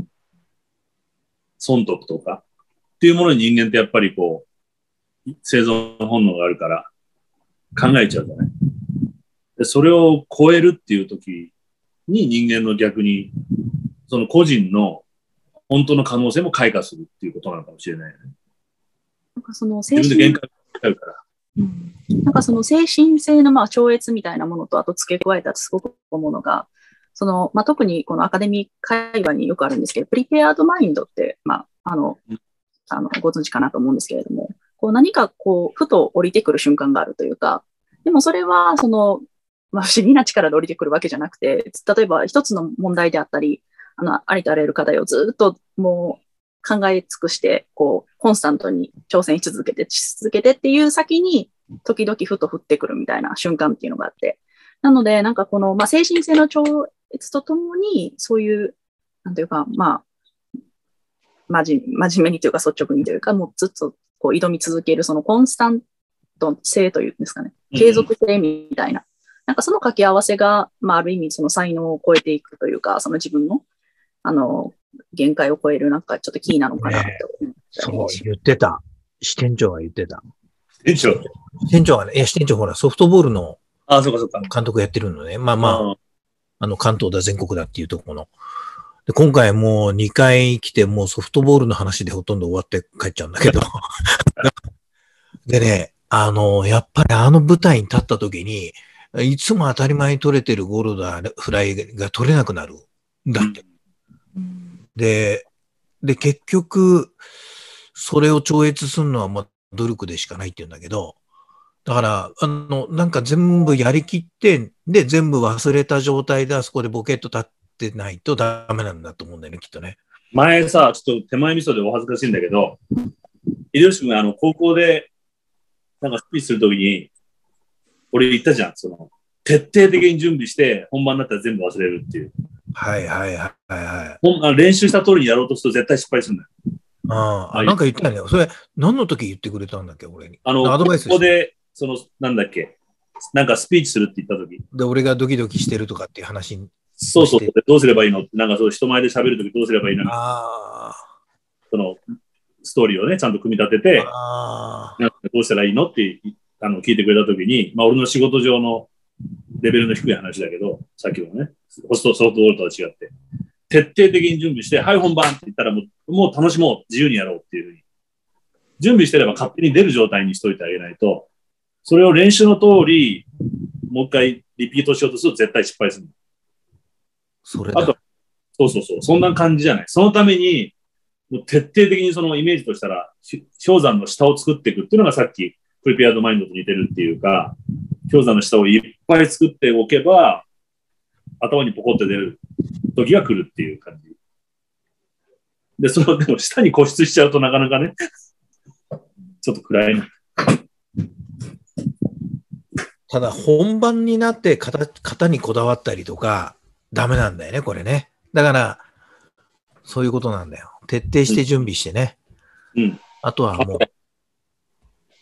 損得とかっていうものに人間ってやっぱりこう、生存本能があるから考えちゃうじゃない。で、それを超えるっていうときに人間の逆に、その個人の本当の可能性も開花するっていうことなのかもしれないよね。 なんかその精自分で限界があるから。 うん、なんかその精神性のまあ超越みたいなものとあと付け加えたすごく思うのが、そのまあ、特にこのアカデミー会話によくあるんですけど、プリペアードマインドって、まあ、あの、あのご存知かなと思うんですけれども、こう何かこう、ふと降りてくる瞬間があるというか、でもそれはその、まあ、不思議な力で降りてくるわけじゃなくて、例えば一つの問題であったり、あの、ありとあらゆる課題をずっともう考え尽くして、こう、コンスタントに挑戦し続けて、し続けてっていう先に、時々ふと降ってくるみたいな瞬間っていうのがあって。なので、なんかこの、まあ、精神性の超越とともに、そういう、なんていうか、まあ、真面真面目にというか率直にというか、もうずっとこう挑み続ける、そのコンスタント性というんですかね、継続性みたいな。うん、なんかその掛け合わせが、まあ、ある意味その才能を超えていくというか、その自分の、あの、限界を超える、なんかちょっとキーなのかなと、ね。 そう、言ってた。支店長が言ってた。 支店長支店長がね、いや、支店長ほら、ソフトボールのあ、そうかそうか監督やってるのね。まあまあ、あの、関東だ、全国だっていうところの。で、今回もうにかい来て、もうソフトボールの話でほとんど終わって帰っちゃうんだけど。でね、あの、やっぱりあの舞台に立った時に、いつも当たり前に取れてるゴールだ、フライが取れなくなる。だって。うん、で、で、結局、それを超越するのは、まあ、努力でしかないって言うんだけど、だから、あの、なんか全部やりきって、で、全部忘れた状態であそこでボケッと立ってないとダメなんだと思うんだよね、きっとね。 前さ、ちょっと手前味噌でお恥ずかしいんだけど、秀吉君があの、高校で、なんかスピーチするときに、俺言ったじゃん、その、徹底的に準備して、本番になったら全部忘れるっていう。 はいはいはいはい。 ほん練習した通りにやろうとすると絶対失敗するんだよ。 ああ、なんか言ったよね。それ、何の時言ってくれたんだっけ、俺に。 あの、アドバイスここで、その、なんだっけ、なんかスピーチするって言った時。 で、俺がドキドキしてるとかっていう話に。 そうそう、どうすればいいのって、なんかそう人前で喋るときどうすればいいのああ。 その、ストーリーをね、ちゃんと組み立てて、あどうしたらいいのってあの聞いてくれたときに、まあ、俺の仕事上のレベルの低い話だけど、さっきのね、ホストソフトボールとは違って、徹底的に準備して、はい、本番って言ったらもう、もう楽しもう、自由にやろうっていうふうに。準備してれば勝手に出る状態にしといてあげないと、それを練習の通り、もう一回リピートしようとすると絶対失敗する。 それだ。 あと、そうそうそう、そんな感じじゃない。そのために、もう徹底的にそのイメージとしたら、氷山の下を作っていくっていうのがさっき、プリペアードマインドと似てるっていうか、氷山の下をいっぱい作っておけば、頭にポコって出る時が来るっていう感じ。で、その、でも下に固執しちゃうとなかなかね、ちょっと暗いな。 ただ、本番になって型、型にこだわったりとか、ダメなんだよね、これね。だから、そういうことなんだよ。徹底して準備してね。 うん。 あとはもう、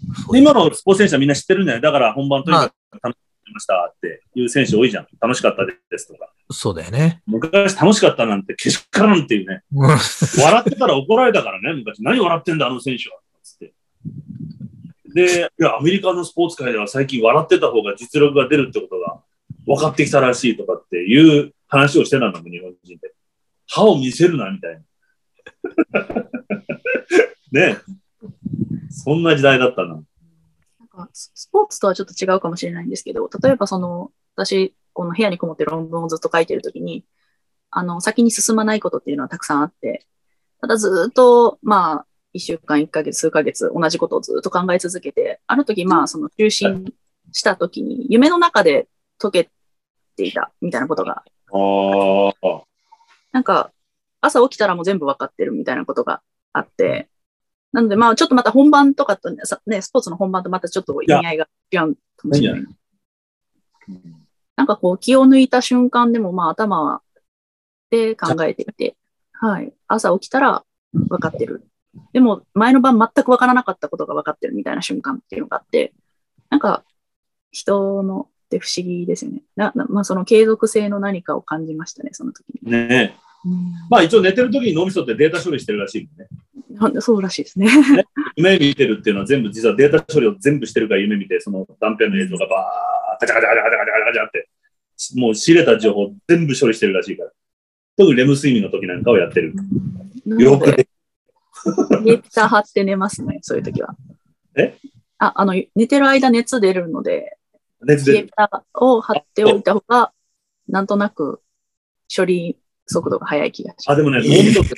今のスポーツ選手はみんな知ってるんだよ。だから本番とにかく楽しみましたっていう選手多いじゃん。楽しかったですとか。 そうだよね。 昔楽しかったなんて、けしからんっていうね。笑ってたら怒られたからね、昔。何笑ってんだ、あの選手は。つって。で、いや、アメリカのスポーツ界では最近笑ってた方が実力が出るってことが分かってきたらしいとかっていう話をしてたんだもん、日本人で。歯を見せるな、みたいな。ね。そんな時代だったな。なんかスポーツとはちょっと違うかもしれないんですけど、例えばその、私、この部屋にこもって論文をずっと書いてるときに、あの、先に進まないことっていうのはたくさんあって、ただずっと、まあ、一週間、一ヶ月、数ヶ月、同じことをずっと考え続けて、ある時、まあ、その就寝したときに、夢の中で解けていたみたいなことが、 あなんか、朝起きたらもう全部わかってるみたいなことがあって、なので、まあ、ちょっとまた本番とかとね、ねスポーツの本番とまたちょっと意味合いが違うかもしれない。なんかこう、気を抜いた瞬間でも、まあ、頭で考えていて、はい。朝起きたら分かってる。でも、前の晩全く分からなかったことが分かってるみたいな瞬間っていうのがあって、なんか、人のって不思議ですよね。なまあ、その継続性の何かを感じましたね、その時に。 ねえ。うん、まあ、一応寝てる時に脳みそってデータ処理してるらしいもんね。 そうらしいですね。 ね夢見てるっていうのは全部、実はデータ処理を全部してるから夢見て、その断片の映像がバー、ガチャガチャガチャガチャガチャガチャって、もう仕入れた情報全部処理してるらしいから。特にレム睡眠の時なんかをやってる。よくで。 データ貼って寝ますね、そういう時は。 えあ、あの、寝てる間熱出るので、 熱出る。 データを貼っておいた方が、なんとなく処理速度が速い気がします。 あ、でもね、脳みそって、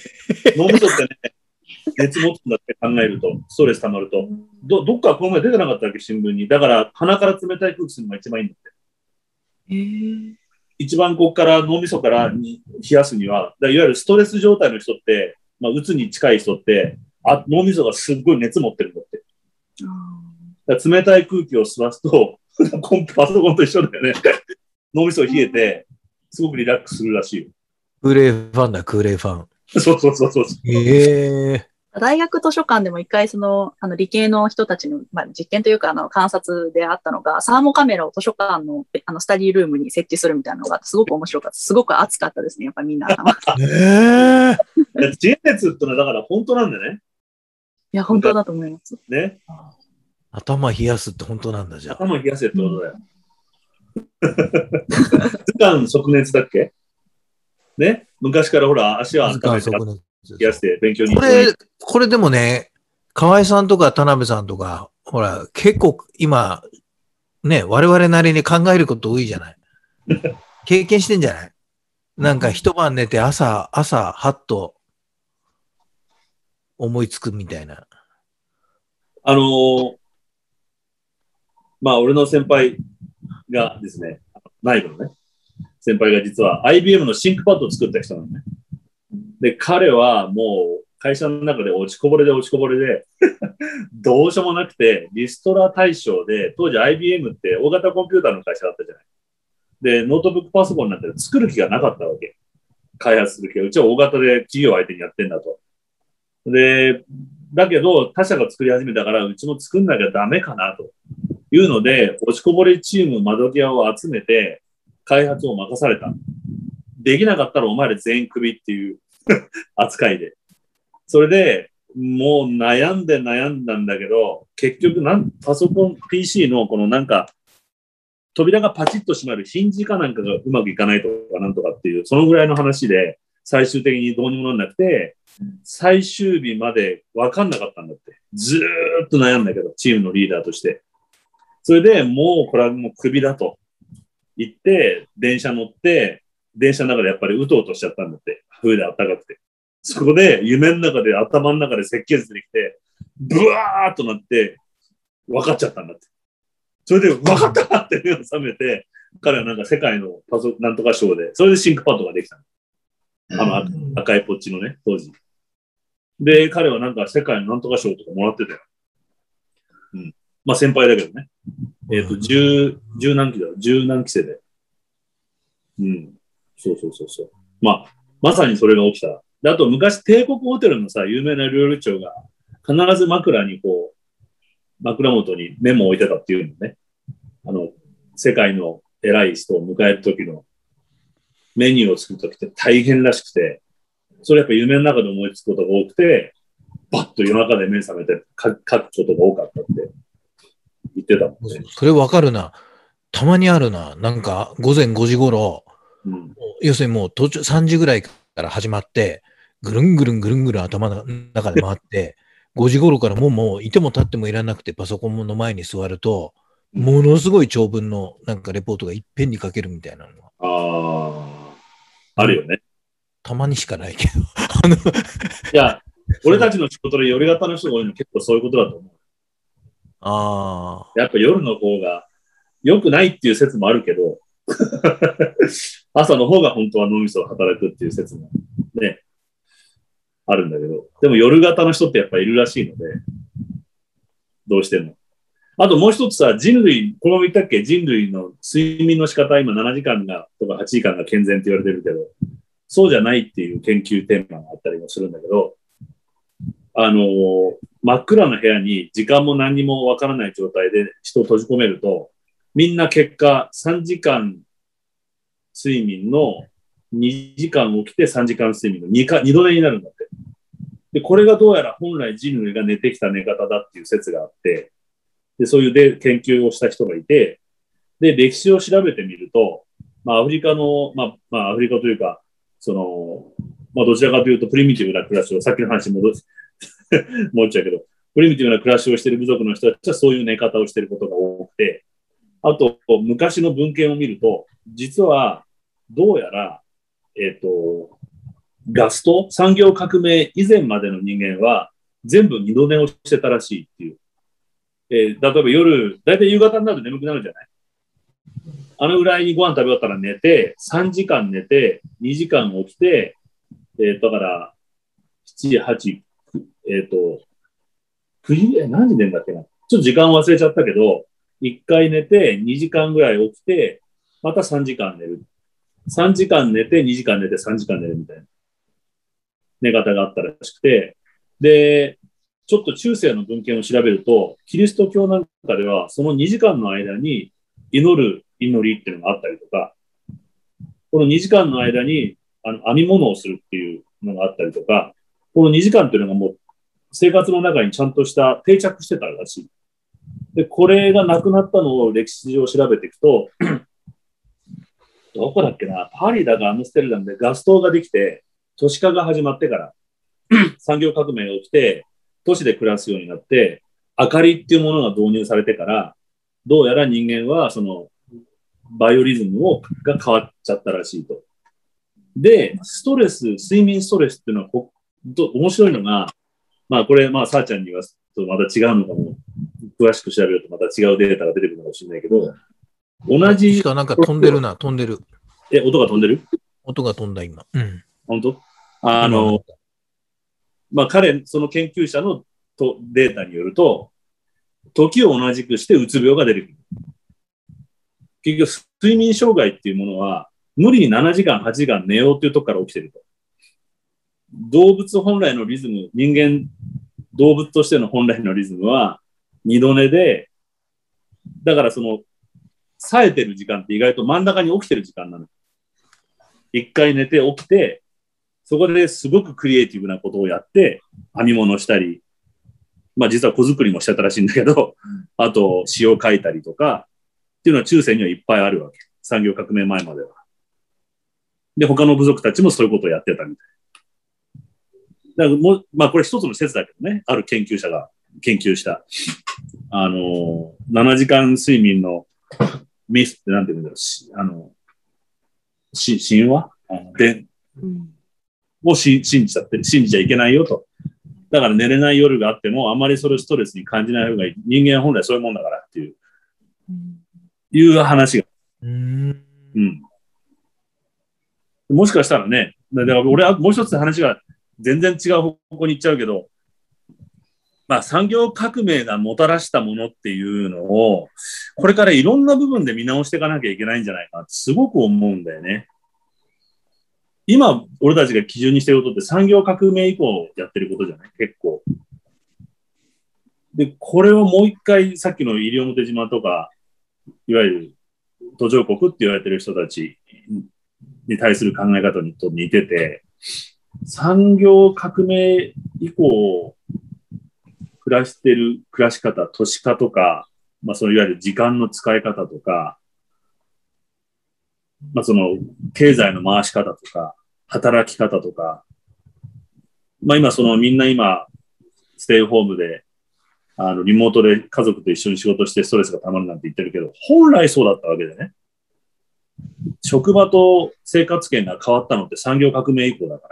脳みそってね、熱持つんだって考えると、ストレス溜まると、ど、どっかこの前出てなかったわけ、新聞に。だから、鼻から冷たい空気するのが一番いいんだって。 へー。 一番ここから脳みそからに冷やすには、いわゆるストレス状態の人って、まあ、うつに近い人って、あ、脳みそがすっごい熱持ってるんだって。だから冷たい空気を吸わすと、パソコンと一緒だよね。脳みそ冷えて、すごくリラックスするらしいよ。 空冷ファンだ、空冷ファン。 そうそうそうそう。 へえ。 大学図書館でも一回その、あの理系の人たちの、まあ、実験というかあの観察であったのが、サーモカメラを図書館のあのスタディルームに設置するみたいなのがすごく面白かった。すごく熱かったですね、やっぱみんな頭。 へえ。 人熱ってのはだから本当なんだね。 いや、本当だと思います。 ね。 頭冷やすって本当なんだ、じゃあ。 頭冷やせってことだよ。図鑑即熱だっけね。昔からほら、足は温めて冷やして勉強にこれ、これでもね、河合さんとか田辺さんとか、ほら、結構今、ね、我々なりに考えること多いじゃない。経験してんじゃない。なんか一晩寝て朝、朝、はっと思いつくみたいな。 あのー、まあ、俺の先輩がですね、内部のね、先輩が実は アイビーエム のシンクパッドを作った人なのね。で、彼はもう会社の中で落ちこぼれで落ちこぼれで、どうしようもなくて、リストラ対象で、当時 アイビーエム って大型コンピューターの会社だったじゃない。で、ノートブックパソコンなんて作る気がなかったわけ。開発する気が。うちは大型で企業相手にやってんだと。で、だけど他社が作り始めたからうちも作んなきゃダメかなというので、落ちこぼれチーム窓際を集めて開発を任された。できなかったらお前ら全員クビっていう扱いで。それでもう悩んで悩んだんだけど、結局なんパソコン ピーシー のこのなんか扉がパチッと閉まるヒンジかなんかがうまくいかないとかなんとかっていう、そのぐらいの話で最終的にどうにもなんなくて、最終日まで分かんなかったんだって。ずーっと悩んだけど、チームのリーダーとして。それでもうこれはもうクビだと言って、電車乗って、電車の中でやっぱりうとうとしちゃったんだって。冬で暖かくて。そこで夢の中で頭の中で設計図できて、ブワーっとなって分かっちゃったんだって。それで分かったって目を覚めて、彼はなんか世界のパソなんとか賞で、それでシンクパッドができたの。あの赤いポッチのね、当時。で、彼はなんか世界のなんとか賞とかもらってたよ。うん。まあ先輩だけどね。えっ、ー、と、十、十何期だろ十何期生で。うん。そうそうそうそう。まあ、まさにそれが起きた。で、あと昔帝国ホテルのさ、有名な料理長が必ず枕にこう、 枕元にメモを置いてたっていうのね。あの、世界の偉い人を迎えるときのメニューを作るときって大変らしくて、それやっぱ夢の中で思いつくことが多くて、バッと夜中で目覚めて書くことが多かったって言ってたもんね。 それわかるな。たまにあるな。なんか午前ごじ頃、うん、要するにもう途中さんじぐらいから始まって、ぐるんぐるんぐるんぐるん頭の中で回って、ごじ頃からもうもういても立ってもいらなくてパソコンの前に座ると、ものすごい長文のなんかレポートがいっぺんに書けるみたいなのが。 ああ、あるよね。 たまにしかないけど。 いや、俺たちの仕事で夜型の人が多いの結構そういうことだと思う。 ああ。 やっぱ夜の方が良くないっていう説もあるけど、朝の方が本当は脳みそが働くっていう説もね、あるんだけど、でも夜型の人ってやっぱいるらしいので、どうしても。あともう一つさ、人類、このまま言ったっけ、人類の睡眠の仕方、今ななじかんがとかはちじかんが健全って言われてるけど、そうじゃないっていう研究テーマがあったりもするんだけど、あのー、真っ暗な部屋に時間も何にもわからない状態で人を閉じ込めると、みんな結果さんじかん睡眠のにじかん起きてさんじかん睡眠の 2, かにど寝になるんだって。で、これがどうやら本来人類が寝てきた寝方だっていう説があって、で、そういうで研究をした人がいて、で、歴史を調べてみると、まあ、アフリカの、まあ、まあ、アフリカというか、その、まあ、どちらかというと、プリミティブな暮らしを、さっきの話に戻す、もう一度やけど、プリミティブな暮らしをしている部族の人たちはそういう寝方をしていることが多くて、あと、昔の文献を見ると、実は、どうやら、えっと、ガスト、産業革命以前までの人間は、全部二度寝をしてたらしいっていう。えー、例えば夜、だいたい夕方になると眠くなるじゃない？あのぐらいにご飯食べ終わったら寝て、さんじかん寝て、にじかん起きて、えー、だから、しち、はち、えっと、くじ、え、何時寝るんだっけな。ちょっと時間忘れちゃったけど、いっかい寝て、にじかんぐらい起きて、またさんじかん寝る。さんじかん寝て、にじかん寝て、さんじかん寝るみたいな寝方があったらしくて、で、ちょっと中世の文献を調べると、キリスト教なんかでは、そのにじかんの間に祈る祈りっていうのがあったりとか、このにじかんの間にあの編み物をするっていうのがあったりとか、このにじかんっていうのがもう生活の中にちゃんとした定着してたらしい。で、これがなくなったのを歴史上調べていくと、どこだっけな、パリだかアムステルダムでガス灯ができて、都市化が始まってから産業革命が起きて、都市で暮らすようになって、明かりっていうものが導入されてから、どうやら人間はそのバイオリズムをが変わっちゃったらしいと。で、ストレス、睡眠ストレスっていうのはこ面白いのが、まあこれ、まあさあちゃんに言わすとまた違うのかも、詳しく調べるとまた違うデータが出てくるのかもしれないけど、同じ。 しかなんか飛んでるな、飛んでる。 え、音が飛んでる？ 音が飛んだ今。うん。 本当？あの、まあ彼、その研究者のとデータによると、時を同じくしてうつ病が出てくる。結局、睡眠障害っていうものは、無理にななじかん、はちじかん寝ようっていうところから起きてると。動物本来のリズム、人間、動物としての本来のリズムは、二度寝で、だからその、冴えてる時間って意外と真ん中に起きてる時間なの。一回寝て起きて、そこですごくクリエイティブなことをやって、編み物したり、まあ実は子作りもしてたらしいんだけど、あと詩を書いたりとか、っていうのは中世にはいっぱいあるわけ。産業革命前までは。で、他の部族たちもそういうことをやってたみたい。だからもう、まあこれ一つの説だけどね、ある研究者が研究した、あの、ななじかん睡眠のミスってなんていうんだろう、あの、し神話あので、うん、もう信じちゃって、信じちゃいけないよと。だから寝れない夜があっても、あまりそれをストレスに感じない方がいい。人間は本来そういうもんだからっていう、うん、いう話が。うん、うん。もしかしたらね、だから俺はもう一つ話が全然違う方向に行っちゃうけど、まあ産業革命がもたらしたものっていうのを、これからいろんな部分で見直していかなきゃいけないんじゃないかなってすごく思うんだよね。今、俺たちが基準にしてることって産業革命以降やってることじゃない？結構。 で、これをもう一回、さっきの西表島とか、いわゆる途上国って言われてる人たちに対する考え方にと似てて、産業革命以降、暮らしてる暮らし方、都市化とか、まあ、そのいわゆる時間の使い方とか、まあ、その経済の回し方とか、働き方とか、まあ、今そのみんな今、ステイホームで、あのリモートで家族と一緒に仕事してストレスが溜まるなんて言ってるけど、本来そうだったわけでね。職場と生活圏が変わったのって産業革命以降だから、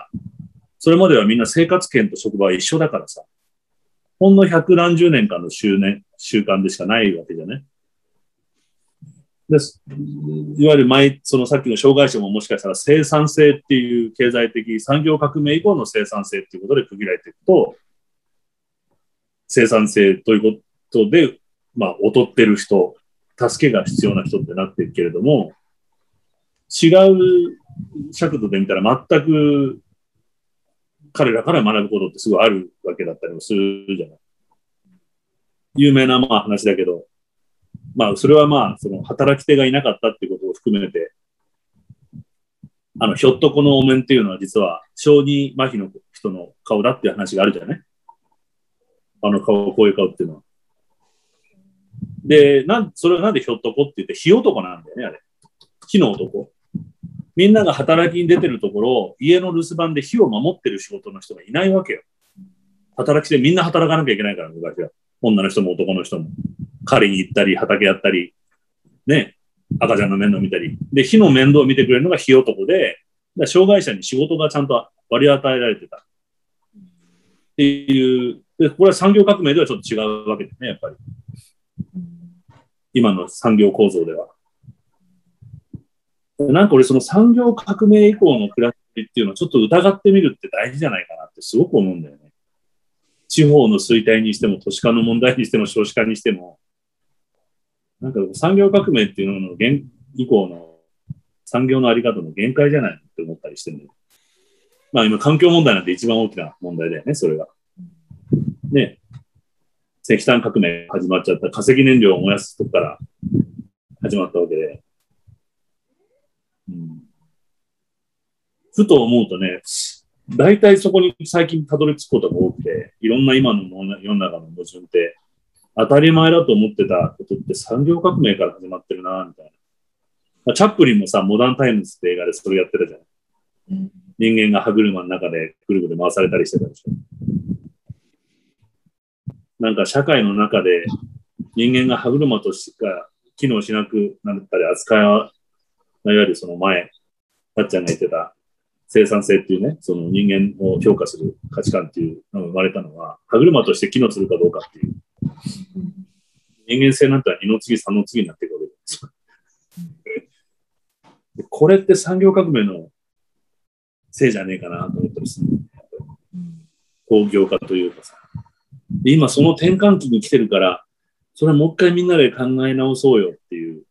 それまではみんな生活圏と職場は一緒だからさ、ほんの百何十年間の習年、習慣でしかないわけじゃね。です。いわゆる前、そのさっきの障害者ももしかしたら生産性っていう経済的産業革命以降の生産性っていうことで区切られていくと、生産性ということで、まあ、劣ってる人、助けが必要な人ってなってるけれども、違う尺度で見たら全く彼らから学ぶことってすごいあるわけだったりもするじゃない。有名なまあ話だけど、まあそれはまあその働き手がいなかったっていうことを含めて、あのひょっとこのお面っていうのは実は小児麻痺の人の顔だっていう話があるじゃない。あの顔、こういう顔っていうのは。で、なんそれはなんでひょっとこって言って火男なんだよね、あれ。火の男。みんなが働きに出てるところ、家の留守番で火を守ってる仕事の人がいないわけよ。働き手みんな働かなきゃいけないから、昔は。女の人も男の人も。狩りに行ったり、畑やったり、ね、赤ちゃんの面倒見たり。で、火の面倒を見てくれるのが火男で、障害者に仕事がちゃんと割り与えられてた。っていう、で、これは産業革命ではちょっと違うわけですね、やっぱり。今の産業構造では。なんか俺その産業革命以降の暮らしっていうのをちょっと疑ってみるって大事じゃないかなってすごく思うんだよね。地方の衰退にしても都市化の問題にしても少子化にしても、なんか産業革命っていうのの現以降の産業のあり方の限界じゃないのって思ったりしてる。まあ今環境問題なんて一番大きな問題だよね、それが。ね。石炭革命始まっちゃった化石燃料を燃やすとこから始まったわけで。うん、ふと思うとね、大体そこに最近たどり着くことが多くて、いろんな今の世の中の矛盾って、当たり前だと思ってたことって産業革命から始まってるな、みたいな。まあ、チャップリンもさ、モダンタイムズって映画でそれやってたじゃない。うん、人間が歯車の中でぐるぐる回されたりしてたでしょ。なんか社会の中で人間が歯車としか機能しなくなったり扱いは、いわゆるその前、たっちゃんが言ってた生産性っていうね、その人間を評価する価値観っていうのが生まれたのは、歯車として機能するかどうかっていう。人間性なんては二の次三の次になっていくわけです。これって産業革命のせいじゃねえかなと思ったりする。工業化というかさ。で今その転換期に来てるから、それはもう一回みんなで考え直そうよっていう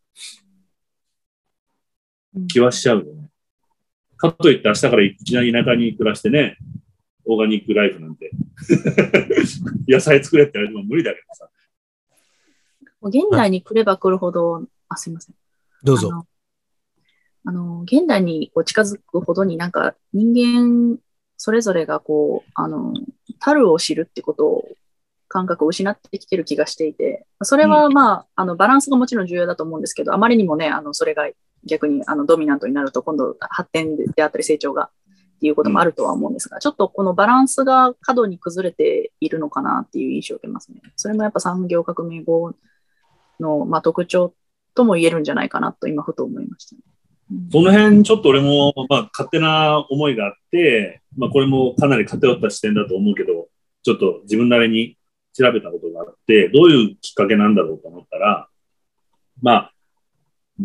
気はしちゃうよね。かといって明日からいきなり田舎に暮らしてね、オーガニックライフなんて野菜作れって言われても無理だけどさ。 現代に来れば来るほど、あ、すいません。 どうぞ。 あの、あの現代にこう近づくほどになんか人間それぞれがこう、あの、樽を知るってことを感覚を失ってきてる気がしていて、それはまあ、あの、バランスがもちろん重要だと思うんですけど、あまりにもね、あの、それが逆にあのドミナントになると今度発展であったり成長がっていうこともあるとは思うんですが、ちょっとこのバランスが過度に崩れているのかなっていう印象を受けますね。それもやっぱ産業革命後の、まあ、特徴とも言えるんじゃないかなと今ふと思いましたね。 その辺ちょっと俺も、まあ、勝手な思いがあって、まあ、これもかなり偏った視点だと思うけど、ちょっと自分なりに調べたことがあって、どういうきっかけなんだろうと思ったら、まあ、うん、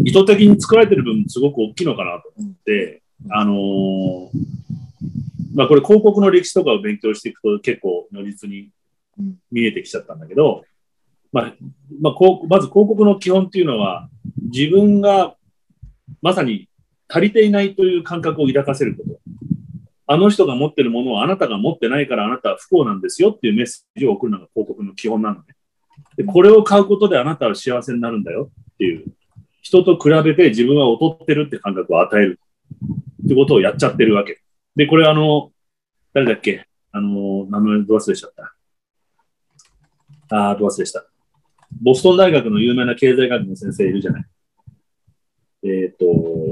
意図的に作られてる部分すごく大きいのかなと思って、あのー、まあこれ広告の歴史とかを勉強していくと結構如実に見えてきちゃったんだけど、まあ、まあ、こうまず広告の基本っていうのは、自分がまさに足りていないという感覚を抱かせること。 あの人が持ってるものをあなたが持ってないからあなたは不幸なんですよっていうメッセージを送るのが広告の基本なのね。で、これを買うことであなたは幸せになるんだよっていう、人と比べて自分は劣ってるって感覚を与えるってことをやっちゃってるわけ。で、これあの、誰だっけ、あの、名前ど忘れしちゃった。あー、ど忘れした。ボストン大学の有名な経済学の先生いるじゃない。えっと、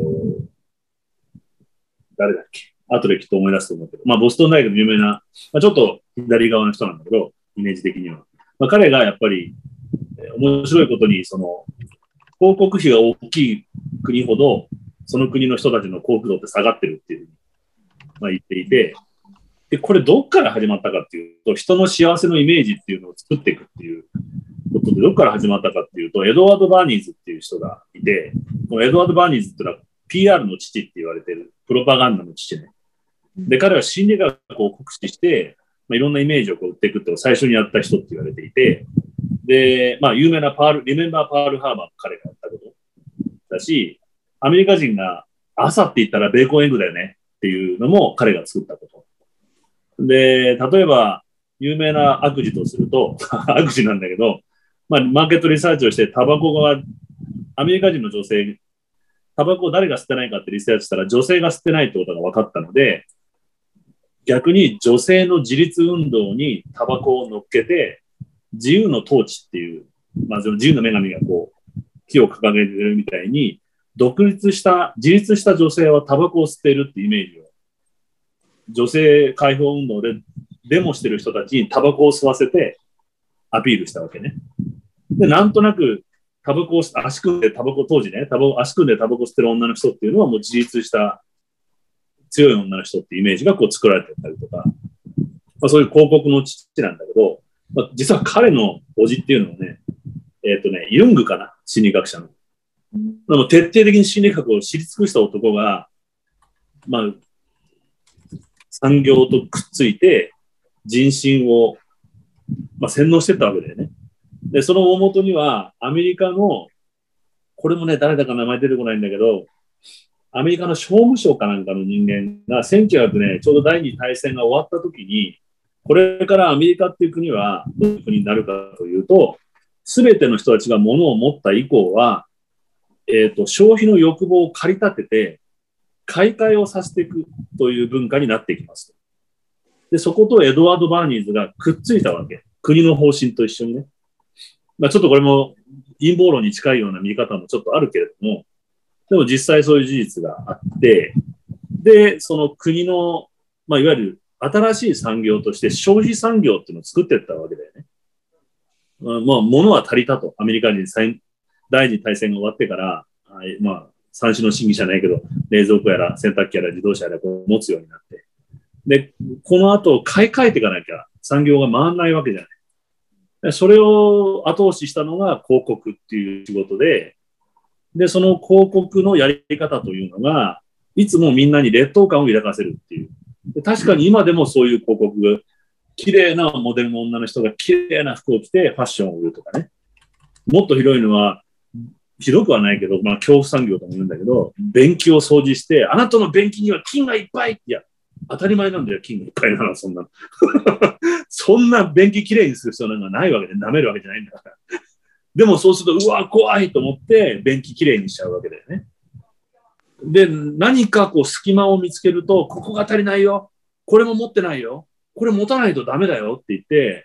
誰だっけ。後できっと思い出すと思うけど、まあ、ボストン大学の有名な、まあ、ちょっと左側の人なんだけど、イメージ的には。まあ、彼がやっぱり、えー、面白いことに、その、広告費が大きい国ほど、その国の人たちの幸福度って下がってるっていう、まあ、言っていて、で、これどっから始まったかっていうと、人の幸せのイメージっていうのを作っていくっていうことで、どっから始まったかっていうと、エドワード・バーニーズっていう人がいて、このエドワード・バーニーズっていうのは ピーアール の父って言われてる、プロパガンダの父ね。で、彼は心理学を酷使して、まあ、いろんなイメージをこう売っていくっていうのを最初にやった人って言われていて、で、まあ、有名なパール、リメンバー・パール・ハーバーの彼がやったことだし、アメリカ人が朝って言ったらベーコンエッグだよねっていうのも彼が作ったこと。で、例えば、有名な悪事とすると、悪事なんだけど、まあ、マーケットリサーチをして、タバコが、アメリカ人の女性、タバコを誰が吸ってないかってリサーチしたら、女性が吸ってないってことが分かったので、逆に女性の自立運動にタバコを乗っけて、自由の統治っていう、まあ、その自由の女神がこう、木を掲げてるみたいに、独立した、自立した女性はタバコを吸っているってイメージを、女性解放運動でデモしてる人たちにタバコを吸わせてアピールしたわけね。で、なんとなくタバコを、足組んでタバコ、当時ね、タバコ、足組んでタバコ吸ってる女の人っていうのはもう自立した強い女の人ってイメージがこう作られてたりとか、まあ、そういう広告の父なんだけど、まあ、実は彼の叔父っていうのはね、えっとね、ユングかな、心理学者の。でも徹底的に心理学を知り尽くした男が、まあ、産業とくっついて人心を、まあ、洗脳してったわけだよね。で、その大元にはアメリカの、これもね、誰だか名前出てこないんだけど、アメリカの商務省かなんかの人間がせんきゅうひゃくねん、ちょうど第二次大戦が終わった時に、これからアメリカっていう国はどういう国になるかというと、すべての人たちが物を持った以降は、えっと、消費の欲望を駆り立てて、買い替えをさせていくという文化になっていきます。で、そことエドワード・バーニーズがくっついたわけ。国の方針と一緒にね。まあ、ちょっとこれも陰謀論に近いような見方もちょっとあるけれども、でも実際そういう事実があって、で、その国の、まあ、いわゆる新しい産業として消費産業っていうのを作っていったわけだよね。まあ、物は足りたと。アメリカ人第二次大戦が終わってから、まあ、三種の神器じゃないけど、冷蔵庫やら洗濯機やら自動車やらこう持つようになって。で、この後買い替えていかなきゃ産業が回らないわけじゃない。それを後押ししたのが広告っていう仕事で、で、その広告のやり方というのが、いつもみんなに劣等感を抱かせるっていう。で、確かに今でもそういう広告が、綺麗なモデルの女の人が綺麗な服を着てファッションを売るとかね。もっと広いのは、ひどくはないけど、まあ、恐怖産業とも言うんだけど、便器を掃除して、あなたの便器には菌がいっぱい。いや、当たり前なんだよ、菌がいっぱいなの、そんな。そんな便器きれいにする必要なんかないわけで、舐めるわけじゃないんだから。でもそうすると、うわ、怖いと思って、便器きれいにしちゃうわけだよね。で、何かこう隙間を見つけると、ここが足りないよ。これも持ってないよ。これ持たないとダメだよって言って、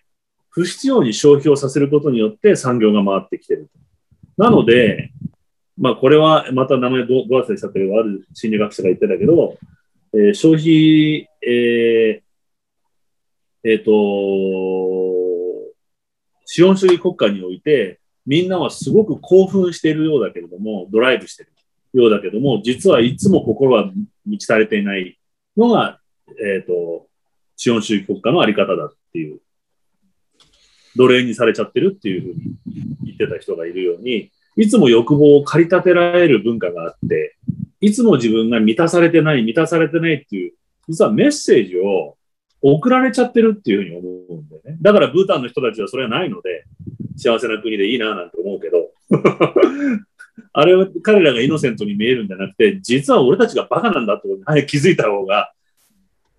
不必要に消費をさせることによって産業が回ってきてる。なので、まあこれはまた名前ど忘れしちゃったけど、ある心理学者が言ってたけど、えー、消費、えー、えっと、資本主義国家において、みんなはすごく興奮しているようだけれども、ドライブしているようだけども、実はいつも心は満ち足れていないのが、えっと、資本主義国家のあり方だっていう、奴隷にされちゃってるっていうふうに言ってた人がいるように、いつも欲望を駆り立てられる文化があって、いつも自分が満たされてない、満たされてないっていう、実はメッセージを送られちゃってるっていうふうに思うんだよね。だからブータンの人たちはそれはないので、幸せな国でいいななんて思うけど、あれは彼らがイノセントに見えるんじゃなくて、実は俺たちがバカなんだってことに気づいた方が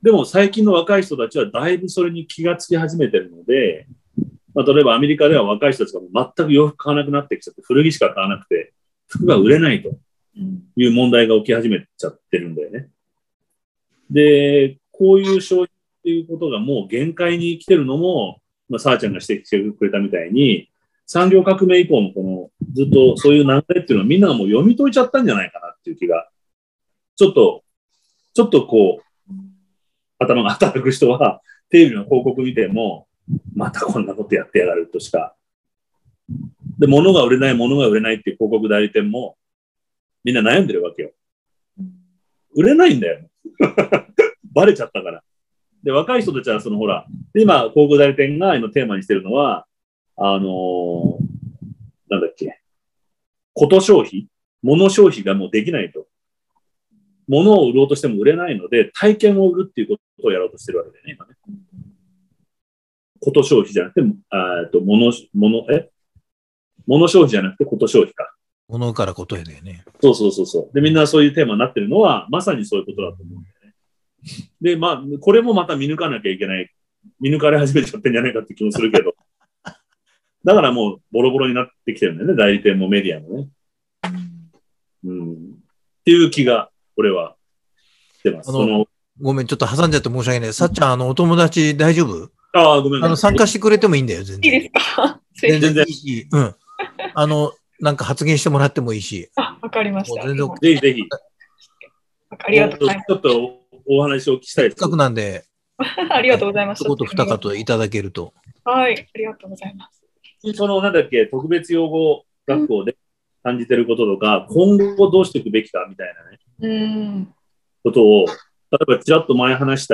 でも最近の若い人たちはだいぶそれに気がつき始めてるので、まあ、例えばアメリカでは若い人たちが全く洋服買わなくなってきちゃって、古着しか買わなくて、服が売れないという問題が起き始めちゃってるんだよね。で、こういう消費っていうことがもう限界に来てるのも、まあ、さあちゃんが指摘してくれたみたいに、産業革命以降のこのずっとそういう流れっていうのはみんながもう読み解いちゃったんじゃないかなっていう気が、ちょっと、ちょっとこう、頭が働く人はテレビの広告見ても、またこんなことやってやがるとしか。で、物が売れない、物が売れないっていう広告代理店もみんな悩んでるわけよ。売れないんだよ。バレちゃったから。で、若い人たちはそのほら、今、広告代理店が今テーマにしてるのは、あのー、なんだっけ、こと消費、物消費がもうできないと。物を売ろうとしても売れないので、体験を売るっていうことをやろうとしてるわけだよね、今ね。こと消費じゃなくて、あと物、物、え物消費じゃなくてこと消費か。 物からことへだよね。 そうそうそうそう。で、みんなそういうテーマになってるのは、まさにそういうことだと思うんだよね。で、まあ、これもまた見抜かなきゃいけない。見抜かれ始めちゃってんじゃないかって気もするけど。だからもうボロボロになってきてるんだよね、代理店もメディアもね。うん。っていう気が、俺はしてます。 あの、 そのごめん、ちょっと挟んじゃって申し訳ない。さっちゃん、あの、お友達大丈夫？ ああ、ごめん。 あの、参加してくれてもいいんだよ、全然。 いいですか？ 全然いいし、うん。あの、なんか発言してもらってもいいし。 あ、わかりました。 ぜひぜひ。 ありがとうございます。 ちょっとお話を聞きしたいです。 せっかくなんで。 ありがとうございます。 一言二言いただけると。 はい、ありがとうございます。 その、なんだっけ、特別養護学校で感じてることとか、うん、今後どうしていくべきかみたいなね、うん、ことを、例えばちらっと前話した、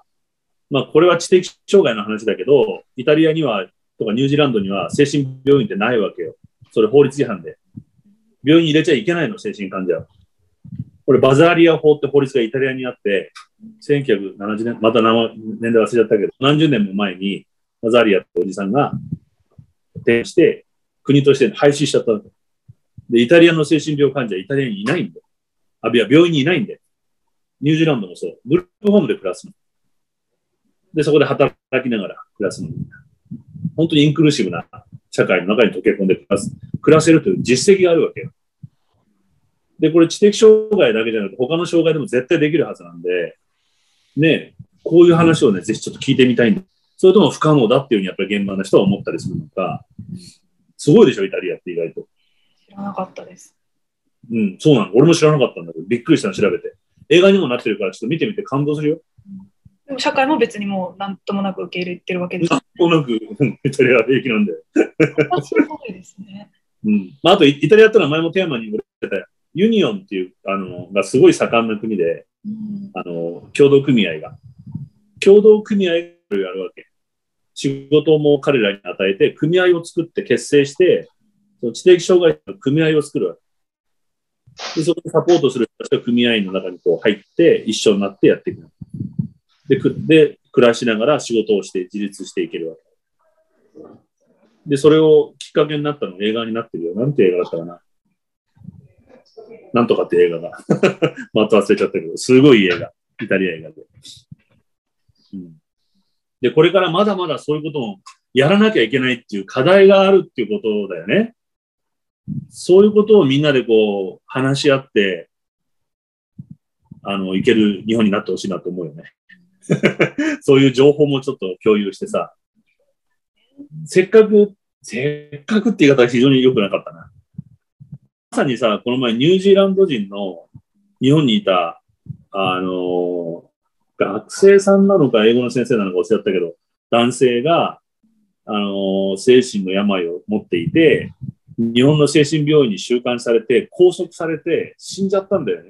まあこれは知的障害の話だけど、イタリアには、とかニュージーランドには精神病院ってないわけよ。それ法律違反で。病院に入れちゃいけないの、精神患者は。これバザーリア法って法律がイタリアにあって、せんきゅうひゃくななじゅうねん、また年代忘れちゃったけど、何十年も前にバザーリアっておじさんが提案して、国として廃止しちゃったんだ。で、イタリアの精神病患者はイタリアにいないんだよ。あるいは病院にいないんで。ニュージーランドもそう。グループホームで暮らすの。で、そこで働きながら暮らすの。本当にインクルーシブな社会の中に溶け込んで暮らす、暮らせるという実績があるわけよ。で、これ知的障害だけじゃなくて、他の障害でも絶対できるはずなんで、ね、こういう話をね、ぜひちょっと聞いてみたいんで、それとも不可能だっていうふうにやっぱり現場の人は思ったりするのか、すごいでしょ、イタリアって意外と。 知らなかったです。 うん、そうなの。俺も知らなかったんだけど、びっくりしたの調べて。映画にもなってるから、ちょっと見てみて感動するよ。 でも社会も別にもう何ともなく受け入れてるわけです。 なんとなく、イタリアは平気なんで。 すごいですね。 うん。まあ、あと、イタリアってのは前もテーマに言われてたユニオンっていう、あの、がすごい盛んな国で、うん、あの、協同組合が。協同組合がやるわけ。仕事も彼らに与えて、組合を作って結成して、その知的障害の組合を作るわけ。で、そこでサポートする人たちが組合員の中にこう入って、一緒になってやっていく。で、くで暮らしながら仕事をして自立していけるわけ。で、それをきっかけになったのが映画になってるよ。なんて映画だったかな。なんとかって映画が。また忘れちゃったけど、すごい映画。イタリア映画で。うん、で、これからまだまだそういうことをやらなきゃいけないっていう課題があるっていうことだよね。そういうことをみんなでこう話し合って、あの、いける日本になってほしいなと思うよね。そういう情報もちょっと共有してさ、せっかく、せっかくって言い方は非常に良くなかったな。まさにさ、この前ニュージーランド人の日本にいた、あの、学生さんなのか英語の先生なのかおっしゃったけど、男性が、あの、精神の病を持っていて、日本の精神病院に収監されて、拘束されて死んじゃったんだよね。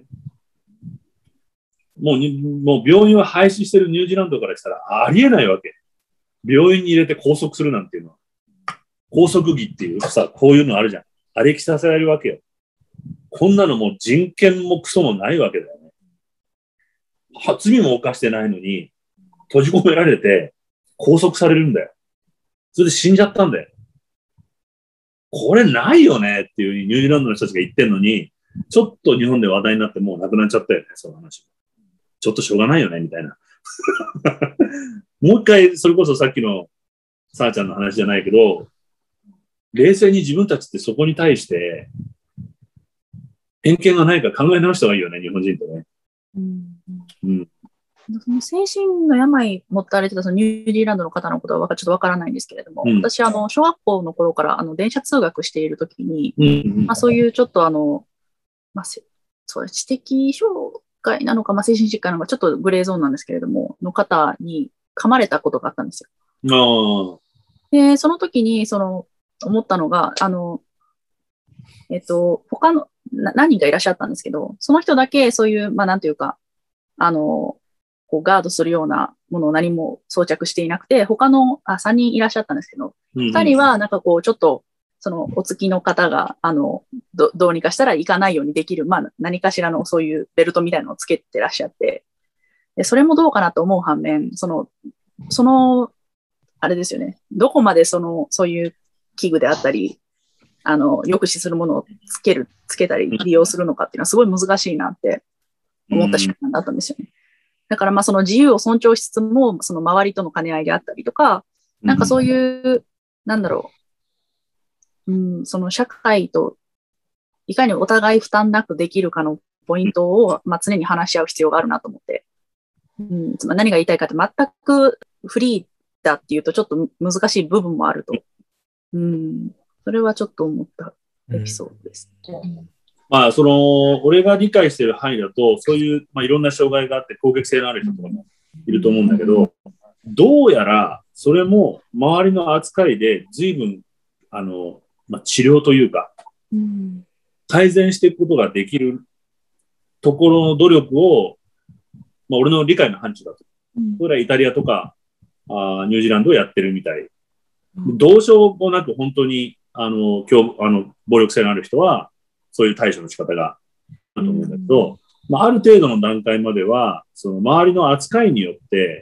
もうに、もう病院は廃止してるニュージーランドからしたらありえないわけ。病院に入れて拘束するなんていうのは。拘束儀っていうさ、こういうのあるじゃん。あれ着させられるわけよ。こんなのもう人権もクソもないわけだよね。は罪も犯してないのに、閉じ込められて拘束されるんだよ。それで死んじゃったんだよ。これないよねっていうニュージーランドの人たちが言ってんのに、ちょっと日本で話題になってもうなくなっちゃったよね、その話。ちょっとしょうがないよね、みたいな。 もう一回、それこそさっきのさあちゃんの話じゃないけど、冷静に自分たちってそこに対して偏見がないか考え直した方がいいよね、日本人とね。 うんうん、 その精神の病持たれてたそのニュージーランドの方のことはちょっとわからないんですけれども、うん、私あの小学校の頃からあの電車通学しているときに、うんまあ、そういうちょっとあの、まあ、そう知的障害なのか、まあ、精神疾患なのかちょっとグレーゾーンなんですけれどもの方に噛まれたことがあったんですよ。でその時にその思ったのがあの、えっと、他の何人かいらっしゃったんですけど、その人だけそういう、まあなんていうか、あの、こうガードするようなものを何も装着していなくて、他の、あ、さんにんいらっしゃったんですけど、ふたりはなんかこう、ちょっと、そのお付きの方が、あの、ど、どうにかしたら行かないようにできる、まあ何かしらのそういうベルトみたいなのをつけてらっしゃって、で、それもどうかなと思う反面、その、その、あれですよね、どこまでその、そういう器具であったり、あの、抑止するものをつける、つけたり利用するのかっていうのはすごい難しいなって思った瞬間だったんですよね。だからまあその自由を尊重しつつも、その周りとの兼ね合いであったりとか、なんかそういう、なんだろう、うん、その社会といかにお互い負担なくできるかのポイントを、まあ、常に話し合う必要があるなと思って、うん、つまり何が言いたいかって全くフリーだっていうとちょっと難しい部分もあると。うんそれはちょっと思ったエピソードです。うん、 まあ、その、俺が理解している範囲だと、そういう、まあ、いろんな障害があって攻撃性のある人とかもいると思うんだけど、どうやら、それも周りの扱いで随分、あの、まあ、治療というか、うん、改善していくことができるところの努力を、まあ、俺の理解の範疇だと。うん、それはイタリアとかあ、ニュージーランドをやってるみたい。うん、どうしようもなく本当に、あの、今日、あの、暴力性のある人は、そういう対処の仕方があると思うんだけど、うん、まあ、ある程度の段階までは、その周りの扱いによって、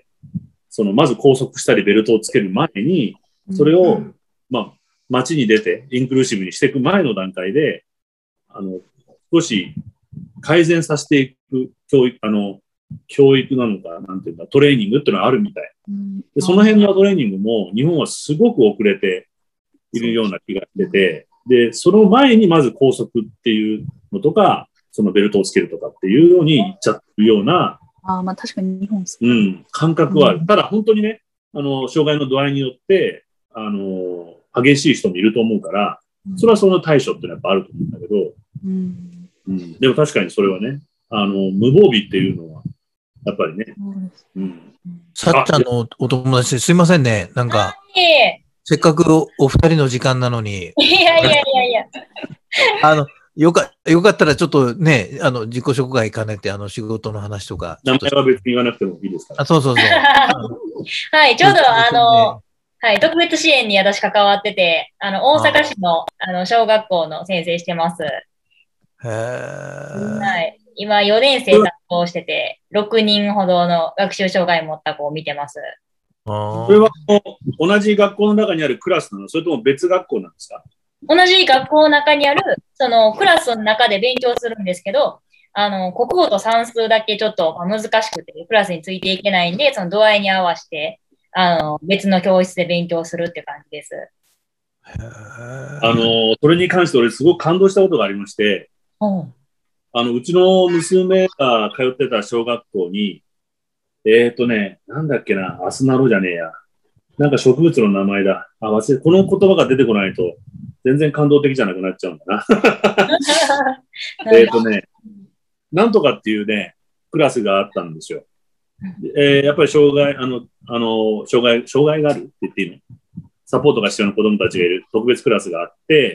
その、まず拘束したりベルトをつける前に、それを、まあ、街に出て、インクルーシブにしていく前の段階で、あの、少し改善させていく教育、あの、教育なのか、なんていうか、トレーニングっていうのはあるみたい。で、その辺のトレーニングも、日本はすごく遅れて、いるような気がしてて、で、その前にまず拘束っていうのとか、そのベルトをつけるとかっていうようにいっちゃってるような、 ああ、まあ確かに日本うん、感覚はある。うん、ただ本当にね、あの、障害の度合いによって、あの、激しい人もいると思うから、それはその対処っていうのはやっぱあると思うんだけど、うんうん、でも確かにそれはね、あの、無防備っていうのは、やっぱりね、うん。 さっちゃんのお友達ですいませんね、なんか。せっかく お, お二人の時間なのに。 いやいやいやいや。 あの、よか、よかったらちょっとね、あの、自己紹介兼ねて、あの、仕事の話とか。 名前は別に言わなくてもいいですか？ あ、そうそうそう。 はい、ちょうどあの、はい、特別支援に私関わってて、あの、大阪市の、あの、小学校の先生してます。へー。 はい。今よねん生担当してて、ろくにんほどの学習障害を持った子を見てます。 それは同じ学校の中にあるクラスなの？それとも別学校なんですか？ 同じ学校の中にある、そのクラスの中で勉強するんですけど、あの、国語と算数だけちょっと難しくて、クラスについていけないんで、その度合いに合わせて、あの、別の教室で勉強するって感じです。 あの、それに関して俺すごく感動したことがありまして、うん、あの、うちの娘が通ってた小学校に、えーとね、なんだっけな、アスナロじゃねえや。なんか植物の名前だ。あ、忘れ、この言葉が出てこないと、全然感動的じゃなくなっちゃうんだな。えーとね、なんとかっていうね、クラスがあったんですよ。えー、やっぱり障害、あの、あの、障害、障害があるって言っていいの？サポートが必要な子供たちがいる特別クラスがあって、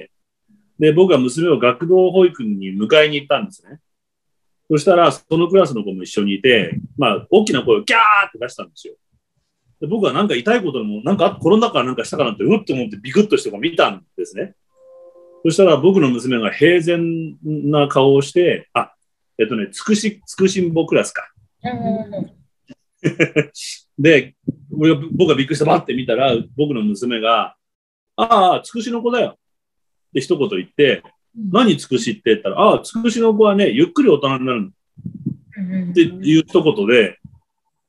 で、僕は娘を学童保育に迎えに行ったんですね。そしたら、そのクラスの子も一緒にいて、まあ、大きな声をギャーって出したんですよ。で僕はなんか痛いことでも、なんか転んだからなんかしたかなって、うっと思ってビクッとして見たんですね。そしたら僕の娘が平然な顔をして、あ、えっとね、つくし、つくしんぼクラスか。で、俺が僕がびっくりしてバッて見たら、僕の娘が、ああ、つくしの子だよ。って一言言って、何つくしって言ったら、ああ、つくしの子はね、ゆっくり大人になるっていう一言で、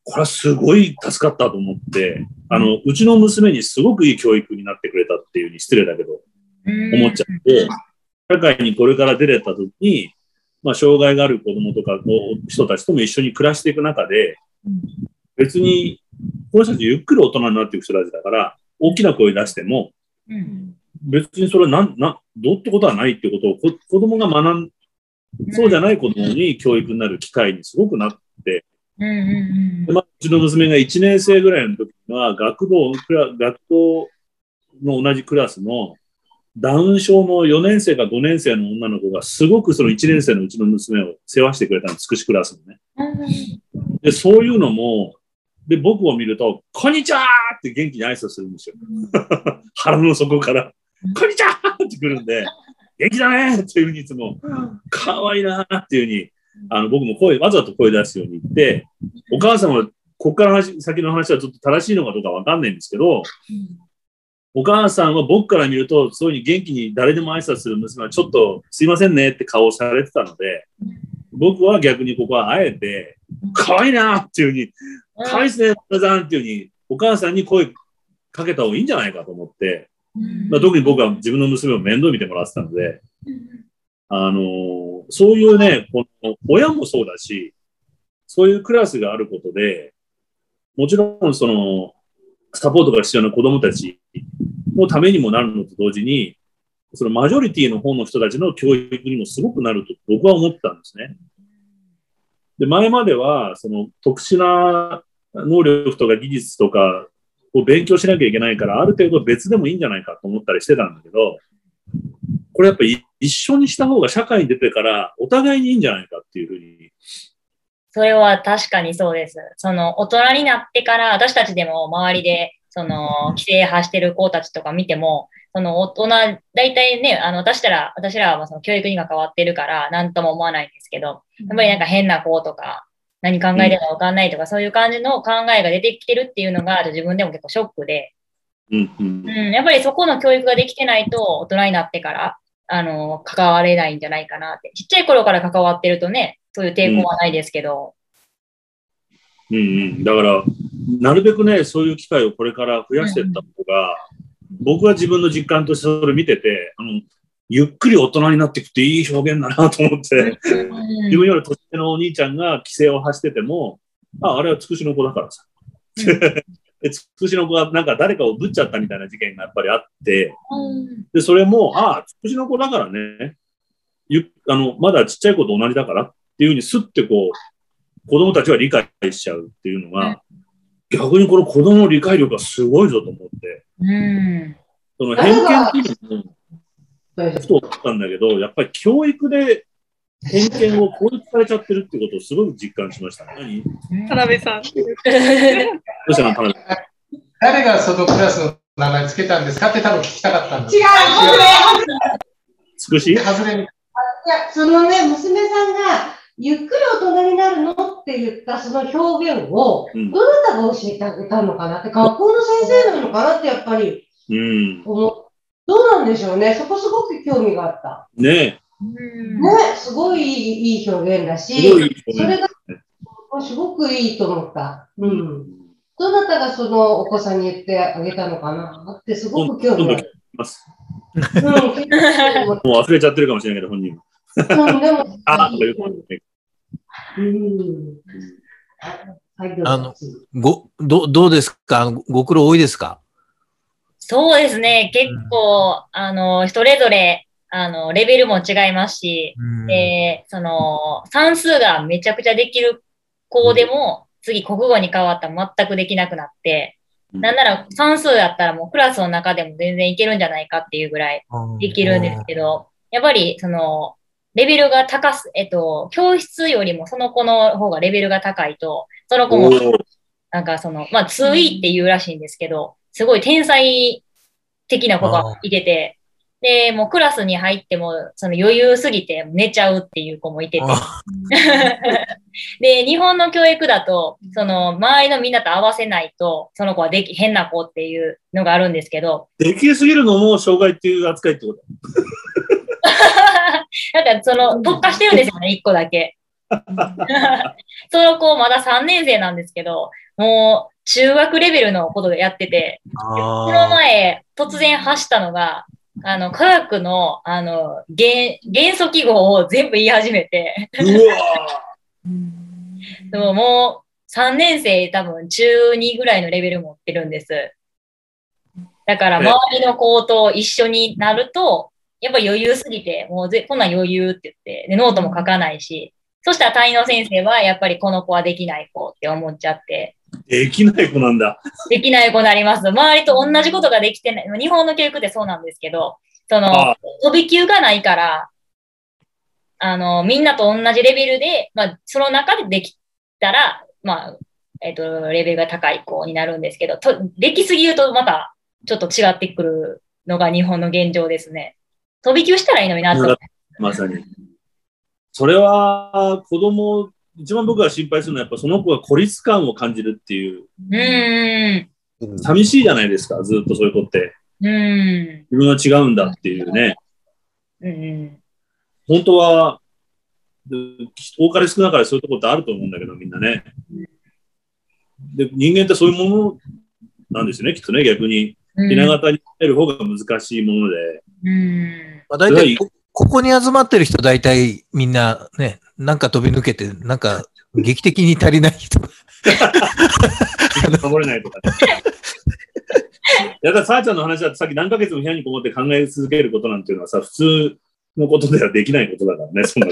これはすごい助かったと思って、あの、うちの娘にすごくいい教育になってくれたっていうふうに失礼だけど、思っちゃって、社会にこれから出れた時に、まあ、障害がある子供とかの人たちとも一緒に暮らしていく中で、別に、この人たちゆっくり大人になっていく人たちだから、大きな声出しても、別にそれはなん、な、どうってことはないっていうことをこ子供が学ん、そうじゃない子供に教育になる機会にすごくなって、でまあ、うちの娘がいちねん生ぐらいの時には、学童、学校の同じクラスのダウン症のよねん生かごねん生の女の子がすごくそのいちねん生のうちの娘を世話してくれたの、つくしクラスのね。で、そういうのも、で、僕を見ると、こんにちはーって元気に挨拶するんですよ。腹の底から、こんにちはーって来るんで、元気だねーっていうふうにいつも、かわいいなーっていうふうに、あの、僕も声、わざと声出すように言って、お母さんは、こっから話先の話はちょっと正しいのかどうかわかんないんですけど、お母さんは僕から見ると、そういうふうに元気に誰でも挨拶する娘はちょっとすいませんねって顔をされてたので、僕は逆にここはあえて、かわいいなーっていうふうに、かわいいですね、お母さんっていうふうに、お母さんに声かけた方がいいんじゃないかと思って、まあ、特に僕は自分の娘を面倒見てもらってたので、あのー、そういうね、この親もそうだし、そういうクラスがあることで、もちろんそのサポートが必要な子どもたちのためにもなるのと同時に、そのマジョリティの方の人たちの教育にもすごくなると僕は思ったんですね。で、前まではその特殊な能力とか技術とかを勉強しなきゃいけないから、ある程度別でもいいんじゃないかと思ったりしてたんだけど、これやっぱり一緒にした方が社会に出てからお互いにいいんじゃないかっていうふうに。 それは確かにそうです。その大人になってから私たちでも周りでその規制発してる子たちとか見ても、その大人、大体ね、あの私ら、私らはその教育に関わってるから何とも思わないんですけど、やっぱりなんか変な子とか何考えてるかわかんないとか、うん、そういう感じの考えが出てきてるっていうのが自分でも結構ショックで、 うんうんうん、やっぱりそこの教育ができてないと大人になってからあの、関われないんじゃないかなって。ちっちゃい頃から関わってるとね、そういう抵抗はないですけど。 うん、うん、うん。だから、なるべくね、そういう機会をこれから増やしていった方が、うん、僕は自分の実感としてそれ見てて、あの、ゆっくり大人になっていくっていい表現だなと思って、うん、自分より年上のお兄ちゃんが規制を発してても、あ、あれはつくしの子だからさ。うんつくしの子がなんか誰かをぶっちゃったみたいな事件がやっぱりあって、うん、で、それも、ああ、つくしの子だからね、ゆあの、まだちっちゃい子と同じだからっていうふうにスッてこう、子供たちは理解しちゃうっていうのが、うん、逆にこの子供の理解力がすごいぞと思って、うん、その偏見っていうのも、ふと思ったんだけど、やっぱり教育で偏見を教育されちゃってるってことをすごく実感しました。何？ 田辺さん。どうしたの田辺さん。 誰がそのクラスの名前つけたんですかって多分聞きたかったんです。 違う、外れ。 つくし？ 外れ。いや、 そのね、娘さんがゆっくり大人になるのって言ったその表現を、どなたが教えてあげたのかなって、学校の先生なのかなってやっぱり思う。どうなんでしょうね。そこすごく興味があった。 ねえ。 ね、すごいいい表現だし、それがすごくいいと思った。うん。どなたがそのお子さんに言ってあげたのかなってすごく興味がある。 うん、もう忘れちゃってるかもしれないけど、本人も。うん、でもあ、ということで。 うん。あの、ご、ど、どうですか？ご苦労多いですか？ そうですね。結構、あの、それぞれ、あの、レベルも違いますし、うん、で、その、算数がめちゃくちゃできる子でも、うん、次国語に変わったら全くできなくなって、うん、なんなら算数だったらもうクラスの中でも全然いけるんじゃないかっていうぐらいできるんですけど、やっぱりその、レベルが高す、えっと、教室よりもその子の方がレベルが高いと、その子も、なんかその、まあ ツーイー っていうらしいんですけど、すごい天才的な子がいてて、で、もうクラスに入っても、その余裕すぎて寝ちゃうっていう子もいてて。で、日本の教育だと、その周りのみんなと合わせないと、その子はでき、変な子っていうのがあるんですけど。 できすぎるのも障害っていう扱いってことなんかその特化してるんですよね、一個だけ。 その子まださんねん生なんですけど、もう中学レベルのことでやってて、この前突然発したのが、あの、科学の、あの、元、元素記号を全部言い始めて。うわでももうさんねん生多分中にぐらいのレベル持ってるんです。だから周りの子と一緒になると、やっぱ余裕すぎて、もうぜこんなん余裕って言って、で、ノートも書かないし、そしたら担任の先生はやっぱりこの子はできない子って思っちゃって。 できない子なんだ。 できない子になります。周りと同じことができてない。日本の教育ってそうなんですけど、その、飛び級がないから、あの、みんなと同じレベルで、まあ、その中でできたら、まあ、えっと、レベルが高い子になるんですけど、とできすぎるとまたちょっと違ってくるのが日本の現状ですね。飛び級したらいいのになと。 まさに。それは、子供、一番僕が心配するのは、やっぱその子が孤立感を感じるっていう。 うん。 寂しいじゃないですか、ずっとそういう子って。 うん。 自分は違うんだっていうね。 うん。 本当は、多かれ少なかれそういうところってあると思うんだけど、みんなね。で、人間ってそういうものなんですよね、きっとね、逆に。ひな形に入る方が難しいもので。 うん。 まあ、大体こ、ここに集まってる人、大体みんなね、なんか飛び抜けて、なんか劇的に足りない人。 守れないとか、ね。いやだから、さあちゃんの話だとさっき何ヶ月も部屋にこもって考え続けることなんていうのはさ、普通のことではできないことだからね、そんなこと。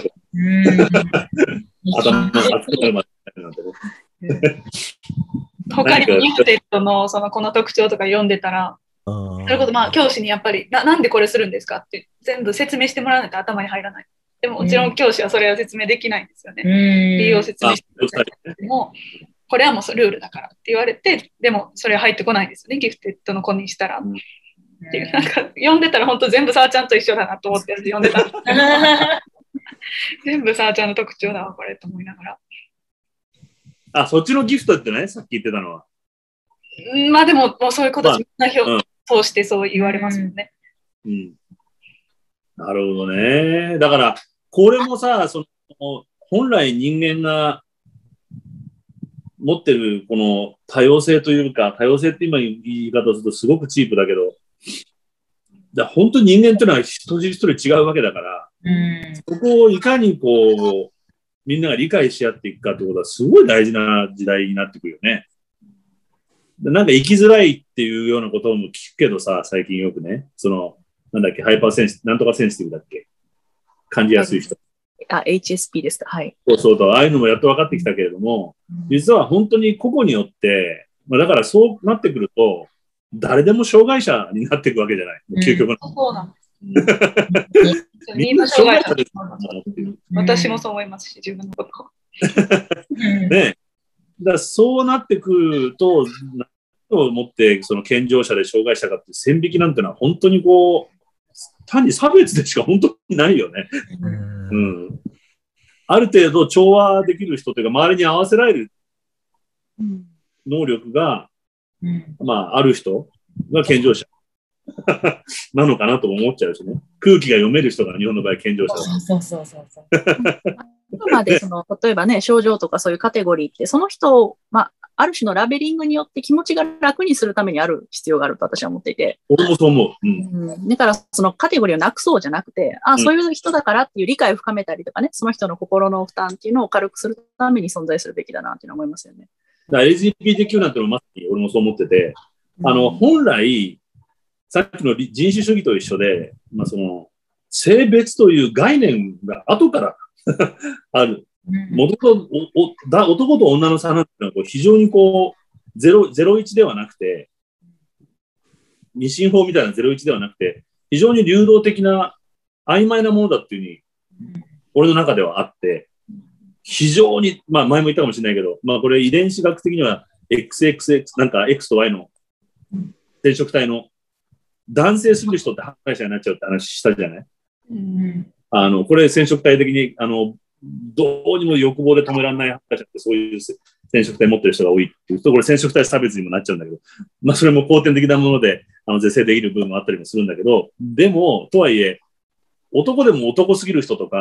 頭が熱くなるまでなんてね。 他にもギフテッドのそのこの特徴とか読んでたら、それこそまあ教師にやっぱりな、なんでこれするんですかって全部説明してもらわないと頭に入らない。でももちろん教師はそれを説明できないんですよね。理由を説明してください。もこれはもうルールだからって言われて、でもそれは入ってこないんですよね、ギフテッドの子にしたら。っていうなんか読んでたら本当全部さあちゃんと一緒だなと思って読んでたんですけど全部さあちゃんの特徴だわこれと思いながら。 あ、そっちのギフトってね、さっき言ってたのは。 まあでも、もうそういうことみんな通してそう言われますよね。 うん。うん、なるほどね。だから、これもさ、その本来人間が持ってるこの多様性というか、多様性って今言い方をするとすごくチープだけど、だ本当に人間っていうのは一人一人違うわけだから、 うん、 そこをいかにこう、みんなが理解し合っていくかってことはすごい大事な時代になってくるよね。なんか生きづらいっていうようなことも聞くけどさ、最近よくね、その、なんだっけ、ハイパーセンシ、なんとかセンシティブだっけ、感じやすい人。 あ、エイチエスピー ですか、はい。 そうそうと、ああいうのもやっと分かってきたけれども、実は本当に個々によって、まあ、だからそうなってくると、誰でも障害者になっていくわけじゃない。究極の。 そうなんです。みんな障害者です。私もそう思いますし、自分のこと。 ね、だからそうなってくると、何をもってその健常者で障害者かって線引きなんてのは本当にこう、単に差別でしか本当にないよね。うん、ある程度調和できる人というか、周りに合わせられる能力が、うん、まあ、ある人が健常者なのかなと思っちゃうしね。空気が読める人が日本の場合健常者だ。 そうそうそうそう。 あくまでその例えばね、症状とかそういうカテゴリーって、その人を、まあ、ある種のラベリングによって気持ちが楽にするためにある必要があると私は思っていて。 俺もそう思う。うんうん、だからそのカテゴリーをなくそうじゃなくて、あ、そういう人だからっていう理解を深めたりとかね、その人の心の負担っていうのを軽くするために存在するべきだなっていうのは思いますよね。 だから エルジービーティーキュー なんてのもまさに俺もそう思ってて、あの、本来、さっきの人種主義と一緒で、まあその、性別という概念が後からある。もともと男と女の差なんてのはこう非常にこう、ゼロ、ゼロイチではなくて、二進法みたいなゼロイチではなくて、非常に流動的な曖昧なものだっていうふうに、俺の中ではあって、非常に、まあ前も言ったかもしれないけど、まあこれ遺伝子学的には エックスエックスエックス、なんか X と Y の染色体の男性すぎる人って犯罪者になっちゃうって話したじゃない、うん、あの、これ染色体的に、あの、どうにも欲望で止められない犯罪者ってそういう染色体持ってる人が多いっていうと、これ染色体差別にもなっちゃうんだけど、まあそれも後天的なもので、あの、是正できる部分もあったりもするんだけど、でも、とはいえ、男でも男すぎる人とか、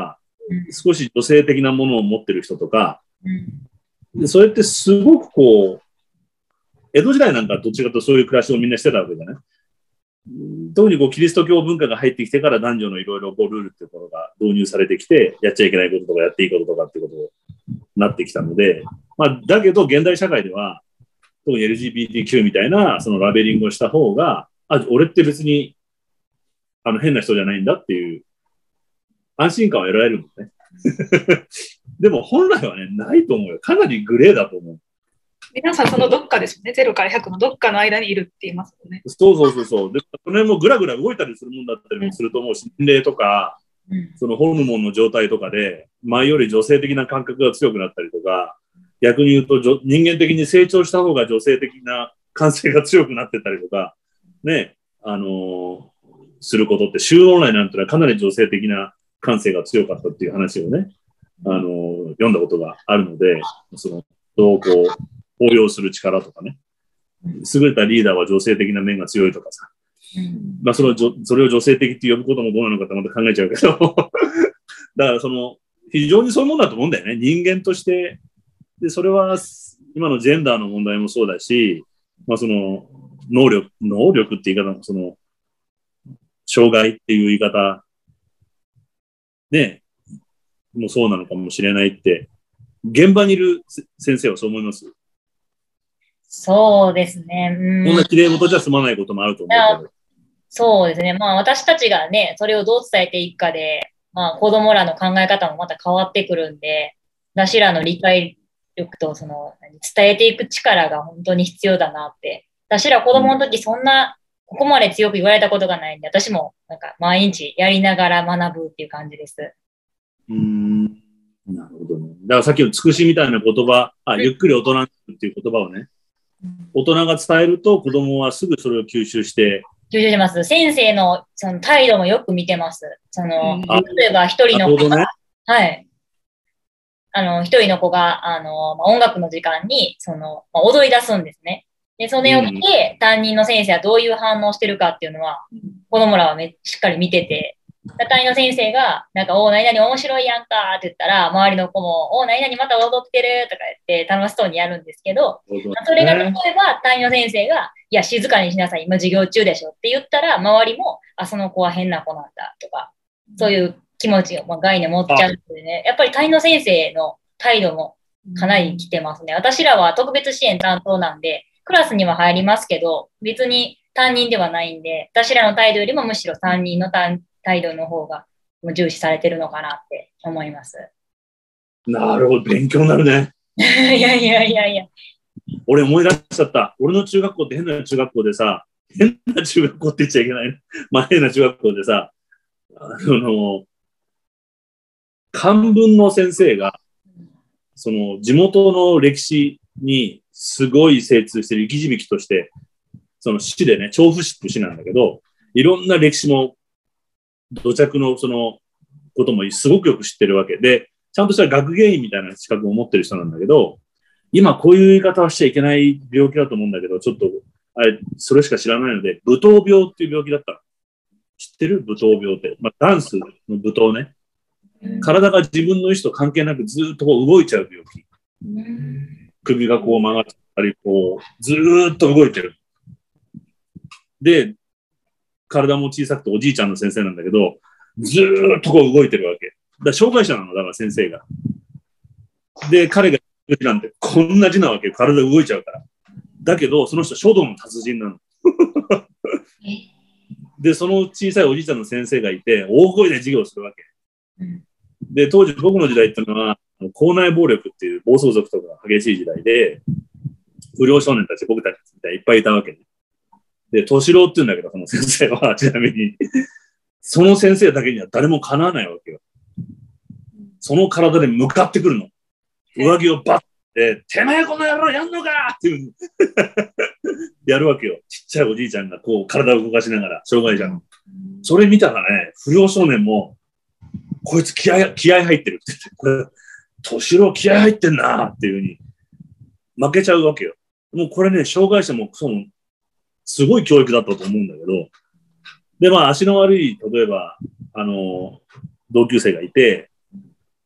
少し女性的なものを持ってる人とか、でそれってすごくこう、江戸時代なんかどっちかとそういう暮らしをみんなしてたわけじゃない。特にこうキリスト教文化が入ってきてから男女のいろいろルールっていうものが導入されてきて、やっちゃいけないこととかやっていいこととかっていうことになってきたので、まあ、だけど現代社会では、特に エルジービーティーキュー みたいなそのラベリングをした方が、あ、俺って別にあの変な人じゃないんだっていう安心感を得られるんですね。でも本来はね、ないと思うよ。かなりグレーだと思う。 皆さんそのどっかですよね。ゼロからひゃくのどっかの間にいるって言いますよね。 そうそうそうそう。で、それもぐらぐら動いたりするもんだったりもすると思うし、年齢とか、そのホルモンの状態とかで、前より女性的な感覚が強くなったりとか、逆に言うと人間的に成長した方が女性的な感性が強くなってたりとか、ね、あのー、することって、週オンラインなんてのはかなり女性的な感性が強かったっていう話をね、あのー、読んだことがあるので、その、どうこう、応用する力とかね、優れたリーダーは女性的な面が強いとかさ、まあそれを、それを女性的って呼ぶこともどうなのかってまた考えちゃうけど、だからその、非常にそういうもんだと思うんだよね、人間として。で、それは今のジェンダーの問題もそうだし、まあその、能力、能力って言い方も、その、障害っていう言い方、ね、もうそうなのかもしれないって、現場にいる先生はそう思います？ そうですね。 うん、こんな綺麗事じゃ済まないこともあると思うけど。 そうですね。まあ私たちがね、それをどう伝えていくかで、まあ子供らの考え方もまた変わってくるんで、私らの理解力とその伝えていく力が本当に必要だなって。私ら子供の時そんな、ここまで強く言われたことがないんで、私もなんか毎日やりながら学ぶっていう感じです。 うーん、なるほどね。だからさっきのつくしみたいな言葉、あ、ゆっくり大人になるっていう言葉をね、大人が伝えると子供はすぐそれを吸収して。 吸収します。先生のその態度もよく見てます。その、例えば一人の子が、ね、はい。あの、一人の子が、あの、まあ、音楽の時間に、その、まあ、踊り出すんですね。で、それを見て、うん、担任の先生はどういう反応してるかっていうのは、子供らはめしっかり見てて、担任の先生が、なんか、おー、何々面白いやんかって言ったら、周りの子も、おー、何々また踊ってるとか言って楽しそうにやるんですけど、まあ、それが例えば担任の先生が、いや、静かにしなさい、今授業中でしょって言ったら、周りも、あ、その子は変な子なんだとか、そういう気持ちを、まあ、概念持っちゃうのでね、やっぱり担任の先生の態度もかなり来てますね。私らは特別支援担当なんで、クラスには入りますけど、別に担任ではないんで、私らの態度よりもむしろ担任の態度の方が重視されてるのかなって思います。 なるほど、勉強になるね。 いやいやいやいや。 俺思い出しちゃった。俺の中学校って変な中学校でさ、変な中学校って言っちゃいけない。まあ変な中学校でさ、あの、漢文の先生が、その地元の歴史にすごい精通してる生き字引として、その市でね、調布市って市なんだけど、いろんな歴史も土着のそのこともすごくよく知ってるわけで、ちゃんとした学芸員みたいな資格を持ってる人なんだけど、今こういう言い方はしちゃいけない病気だと思うんだけど、ちょっと、あれ、それしか知らないので、舞踏病っていう病気だったの。知ってる？舞踏病って。まあ、ダンスの舞踏ね。体が自分の意思と関係なくずっとこう動いちゃう病気。首がこう曲がったり、こう、ずーっと動いてる。で、体も小さくておじいちゃんの先生なんだけど、ずーっとこう動いてるわけ。だから障害者なの、だから先生が。で、彼がなんてこんな字なわけよ。体動いちゃうから。だけど、その人書道の達人なの。で、その小さいおじいちゃんの先生がいて、大声で授業をするわけ。で、当時僕の時代っていうのは、校内暴力っていう暴走族とかが激しい時代で、不良少年たち、僕たちみたいにいっぱいいたわけね。で、敏郎って言うんだけど、その先生は、ちなみに、その先生だけには誰もかなわないわけよ。その体で向かってくるの。上着をバッて、てめえこの野郎やんのかっていうやるわけよ。ちっちゃいおじいちゃんがこう体を動かしながら、障害者の。それ見たらね、不良少年も、こいつ気合、気合入ってるって言って、これ、敏郎気合入ってんなっていうふうに、負けちゃうわけよ。もうこれね、障害者も、その、すごい教育だったと思うんだけど、で、まあ、足の悪い、例えば、あの、同級生がいて、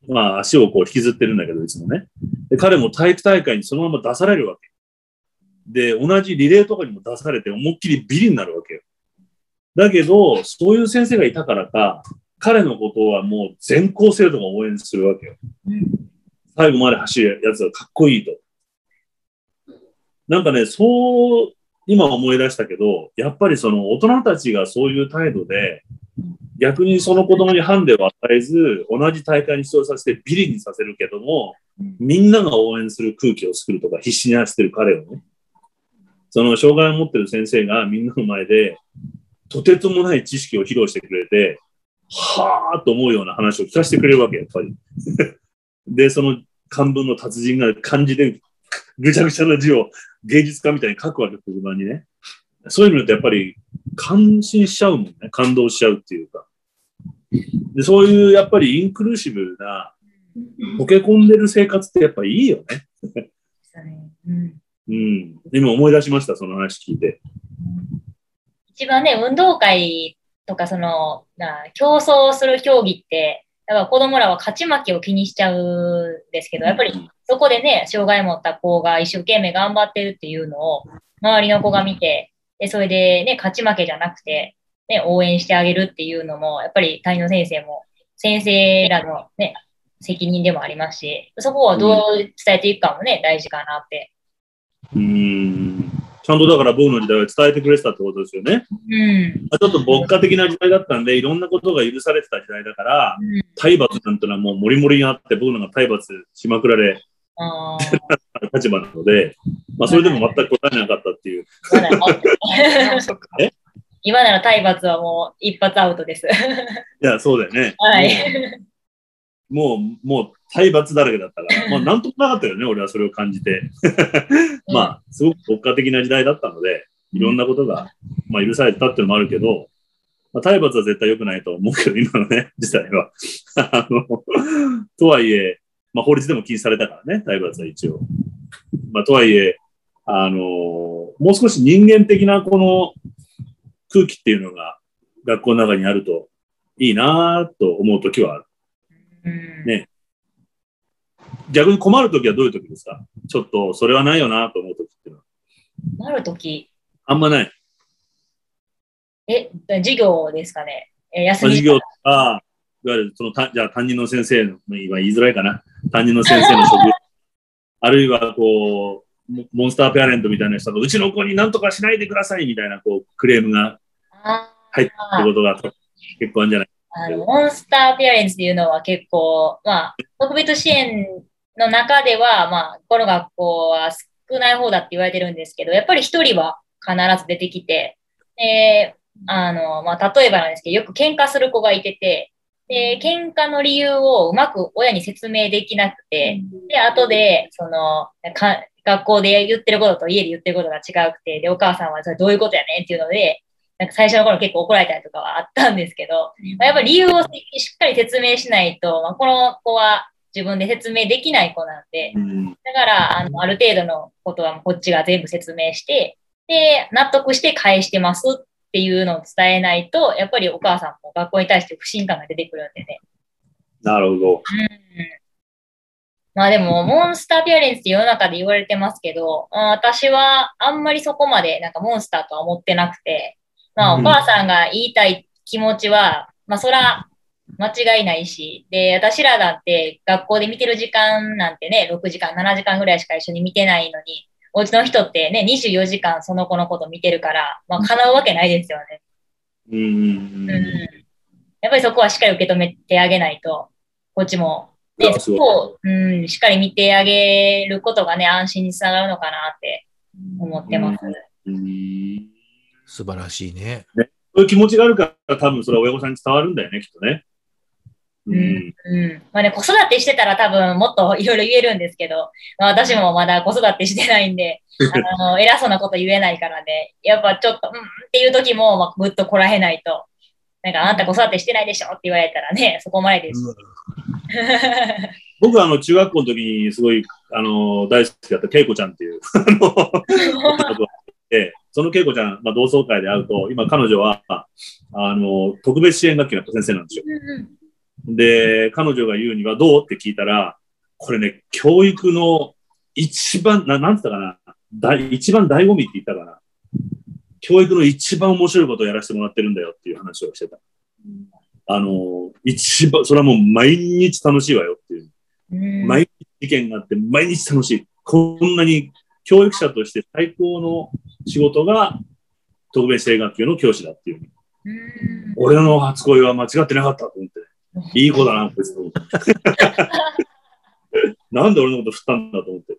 まあ足をこう引きずってるんだけど、いつもね。で、彼も体育大会にそのまま出されるわけ。で、同じリレーとかにも出されて思いっきりビリになるわけよ。だけど、そういう先生がいたからか、彼のことはもう全校生徒が応援するわけよ。最後まで走るやつがかっこいいと。なんかね、そう、今思い出したけど、やっぱりその大人たちがそういう態度で、逆にその子供にハンデを与えず、同じ大会に出場させてビリにさせるけども、みんなが応援する空気を作るとか必死に走ってる彼をね、その障害を持ってる先生がみんなの前で、とてつもない知識を披露してくれて、はぁーと思うような話を聞かせてくれるわけ、やっぱり。で、その漢文の達人が漢字でぐちゃぐちゃな字を芸術家みたいに書くわけ、黒板にね。そういうのってやっぱり感心しちゃうもんね。感動しちゃうっていうか。で、そういうやっぱりインクルーシブな、溶け込んでる生活ってやっぱいいよね。うん。うん。今思い出しました、その話聞いて。 一番ね、運動会とか、その、な競争する競技って、やっぱ子供らは勝ち負けを気にしちゃうんですけど、やっぱりそこでね、障害を持った子が一生懸命頑張ってるっていうのを、周りの子が見て、で、それでね、勝ち負けじゃなくて、ね、応援してあげるっていうのも、やっぱり担任の先生も、先生らのね、責任でもありますし、そこをどう伝えていくかもね、大事かなって。 うーん。ちゃんとだから僕の時代は伝えてくれてたってことですよね。 うん。 ちょっと牧歌的な時代だったんで、いろんなことが許されてた時代だから、うん、体罰なんてのはもうモリモリにあって、僕のが体罰しまくられ、立場なので、まあそれでも全く答えなかったっていう。 え今なら体罰はもう一発アウトです。いや、そうだよね。 はい。 もう、もう体罰だらけだったから、まあなんともなかったよね、俺はそれを感じて。まあ、すごく牧歌的な時代だったので、いろんなことが、まあ、許されてたっていうのもあるけど、まあ、体罰は絶対良くないと思うけど、今のね、時代は。あの、とはいえ、まあ法律でも禁止されたからね、体罰は一応。まあとはいえ、あの、もう少し人間的なこの空気っていうのが学校の中にあるといいなと思うときはある。ね。逆に困るときはどういうときですか？ちょっとそれはないよなと思うときっていうのは。 困るときあんまない。 え、授業ですかね。え、休み。 授業とか、いわゆるそのた、じゃあ担任の先生の、言いづらいかな。担任の先生の職業。あるいはこう、モンスターペアレントみたいな人が、うちの子に何とかしないでくださいみたいなこうクレームが入ってくることが結構あるんじゃないあのモンスターペアレンツっていうのは結構、まあ、特別支援の中では、まあ、この学校は少ない方だって言われてるんですけど、やっぱり一人は必ず出てきて、で、あの、まあ、例えばなんですけど、よく喧嘩する子がいてて、で、喧嘩の理由をうまく親に説明できなくて、で、後で、その、か学校で言ってることと家で言ってることが違くて、で、お母さんはそれどういうことやねんっていうので、なんか最初の頃結構怒られたりとかはあったんですけど、まあ、やっぱり理由をしっかり説明しないと、まあ、この子は自分で説明できない子なんで、だから、あの、ある程度のことはこっちが全部説明して、で、納得して返してますっていうのを伝えないと、やっぱりお母さんも学校に対して不信感が出てくるんでね。 なるほど。うん。 まあでも、モンスターペアレンツって世の中で言われてますけど、私はあんまりそこまでなんかモンスターとは思ってなくて、まあ、お母さんが言いたい気持ちは、まあ、そら、間違いないし、で、私らだって学校で見てる時間なんてね、ろくじかん、ななじかんぐらいしか一緒に見てないのに、お家の人ってね、にじゅうよじかんその子のこと見てるから、まあ、叶うわけないですよね。 うん。うん。 やっぱりそこはしっかり受け止めてあげないと、こっちも、ね、そこを、うん、しっかり見てあげることがね、安心につながるのかなって思ってます。うんうん素晴らしいね。 ね、そういう気持ちがあるから、多分それは親御さんに伝わるんだよね、きっとね。 うん。うん。まあね、子育てしてたら多分もっといろいろ言えるんですけど、まあ、私もまだ子育てしてないんで、あの、偉そうなこと言えないからね、やっぱちょっと、うんっていう時も、まあ、ぐっとこらへないと、なんかあんた子育てしてないでしょって言われたらね、そこまでです。うん、 僕はあの、中学校の時にすごい、あの、大好きだった恵子ちゃんっていう、あの、で、その恵子ちゃん、まあ、同窓会で会うと、今彼女は、あの、特別支援学級の先生なんですよ。 で、彼女が言うにはどうって聞いたら、これね、教育の一番、ななんて言ったかな、だ一番醍醐味って言ったかな。教育の一番面白いことをやらせてもらってるんだよっていう話をしてた。あの、一番、それはもう毎日楽しいわよっていう。毎日意見があって毎日楽しい。こんなに教育者として最高の仕事が特別支援学級の教師だっていう。俺の初恋は間違ってなかったと思って、いい子だなって思って。なんで俺のこと振ったんだと思って。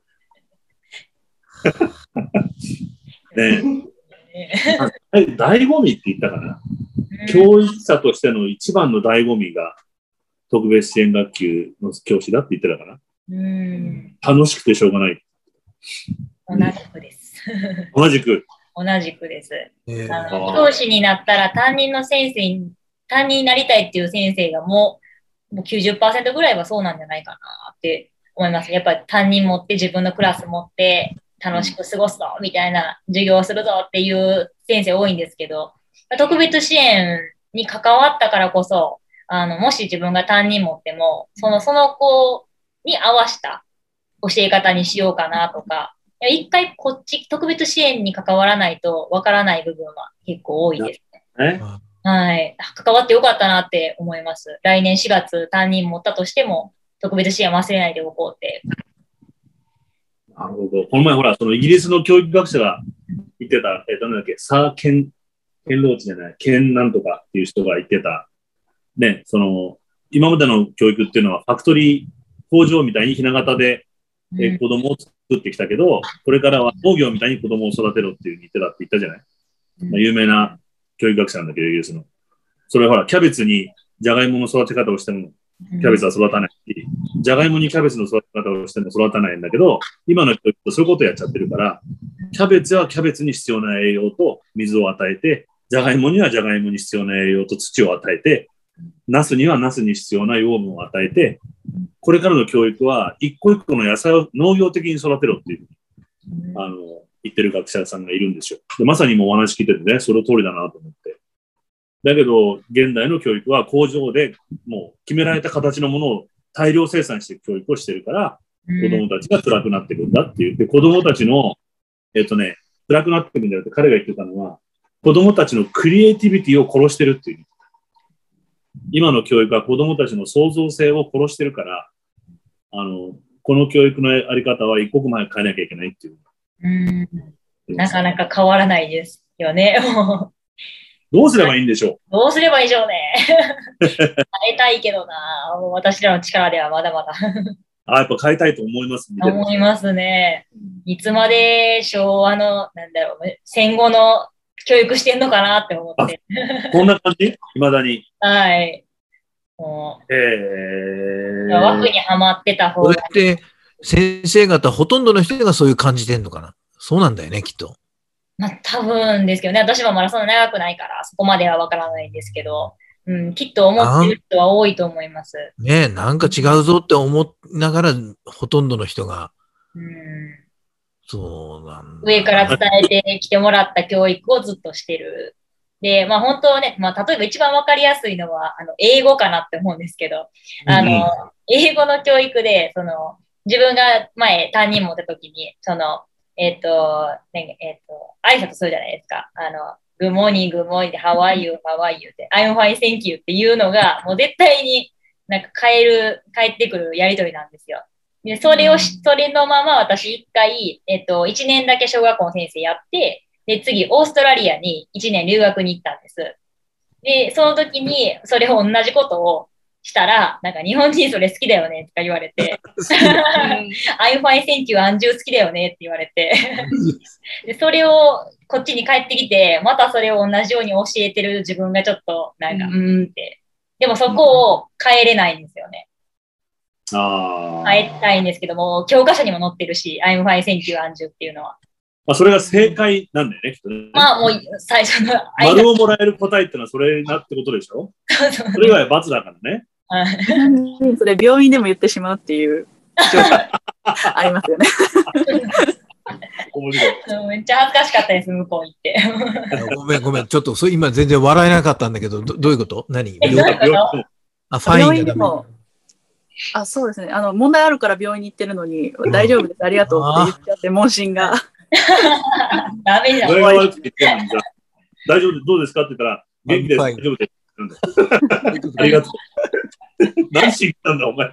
ねえ。醍醐味って言ったかな。教育者としての一番の醍醐味が特別支援学級の教師だって言ってたかな。うん楽しくてしょうがない。 同じくです。 同じく。 同じくです。えー、あの教師になったら担任の先生に、担任になりたいっていう先生がもう、もう きゅうじゅっパーセント ぐらいはそうなんじゃないかなって思います。やっぱり担任持って自分のクラス持って楽しく過ごすぞみたいな授業をするぞっていう先生多いんですけど、特別支援に関わったからこそ、あの、もし自分が担任持っても、その、その子に合わせた教え方にしようかなとか、一回こっち、特別支援に関わらないとわからない部分は結構多いですね。はい。関わってよかったなって思います。来年しがつ担任持ったとしても、特別支援忘れないでおこうって。 なるほど。この前ほら、そのイギリスの教育学者が言ってた、えっと、なんだっけ、サーケン、ケンローチじゃない、ケンなんとかっていう人が言ってた、ね、その、今までの教育っていうのは、ファクトリー工場みたいにひな形で、えー、子供を作ってきたけど、これからは農業みたいに子供を育てろっていう言ってたって言ったじゃない、まあ、有名な教育学者なんだけど、イギリスの。それはほら、キャベツにジャガイモの育て方をしても、キャベツは育たないし、ジャガイモにキャベツの育て方をしても育たないんだけど、今の教育とそういうことをやっちゃってるから、キャベツはキャベツに必要な栄養と水を与えて、ジャガイモにはジャガイモに必要な栄養と土を与えて、ナスにはナスに必要な養分を与えて、これからの教育は一個一個の野菜を農業的に育てろっていう、あの、言ってる学者さんがいるんですよ。でまさにもうお話聞いててね、その通りだなと思って。だけど、現代の教育は工場でもう決められた形のものを大量生産して教育をしてるから、子供たちが辛くなってくるんだって言って、子供たちの、えっとね、辛くなってくるんだよって彼が言ってたのは、子供たちのクリエイティビティを殺してるっていう。今の教育は子供たちの創造性を殺してるから、あの、この教育のあり方は一刻前変えなきゃいけないっていう。 うん。なかなか変わらないですよね。 どうすればいいんでしょう。 どうすればいいでしょうね。変えたいけどな。もう私らの力ではまだまだ。 あ、やっぱ変えたいと思いますね。 思いますね。いつまで昭和の、なんだろう、戦後の教育してんのかなって思って。 こんな感じ？未だに。 はい。もう。えー、枠にはまってた方が。これって先生方、ほとんどの人がそういう感じてんのかな。そうなんだよね、きっと。 まあ、多分ですけどね。私はまだそんな長くないから、そこまではわからないんですけど、うん、きっと思ってる人は多いと思います。 ねえ、なんか違うぞって思いながら、ほとんどの人が。うんそうなんだ。 上から伝えてきてもらった教育をずっとしてる。で、まあ本当はね、まあ例えば一番わかりやすいのは、あの、英語かなって思うんですけど、あの、うん、英語の教育で、その、自分が前担任持った時に、その、えっ、ー、と、ね、えっ、ー、と、挨拶するじゃないですか。あの、Good morning, good morning, how are you, how are you って、I'm fine, thank you っていうのが、もう絶対になんか変える、変えてくるやりとりなんですよ。で、それをし、それのまま私一回、えっと、一年だけ小学校の先生やって、で、次、オーストラリアに一年留学に行ったんです。で、その時に、それを同じことをしたら、なんか日本人それ好きだよねとか言われて、I'm fine, thank you, アンジュ好きだよねって言われて、で、それをこっちに帰ってきて、またそれを同じように教えてる自分がちょっと、なんか、うーんって。でもそこを変えれないんですよね。 あ変えたいんですけども、教科書にも載ってるし、I'm fine, thank you, アンジュっていうのは。 まあ、それが正解なんだよね、きっとね。 まあ、もう最初の。 丸をもらえる答えってのはそれなってことでしょそうそう。それ以外は罰だからね。 それ病院でも言ってしまうっていう状況ありますよね。 めっちゃ恥ずかしかったです、向こう行って。 ごめんごめん、ちょっとそれ今全然笑えなかったんだけど、ど, どういうこと何どういうことあ、ファインがダメ。 あ、そうですね。あの、問題あるから病院に行ってるのに、大丈夫です、ありがとうって言っちゃって、問診が。 ダメじゃん。 大丈夫、どうですかって言ったら、元気です、大丈夫です。ありがとう。何しに来たんだ、お前。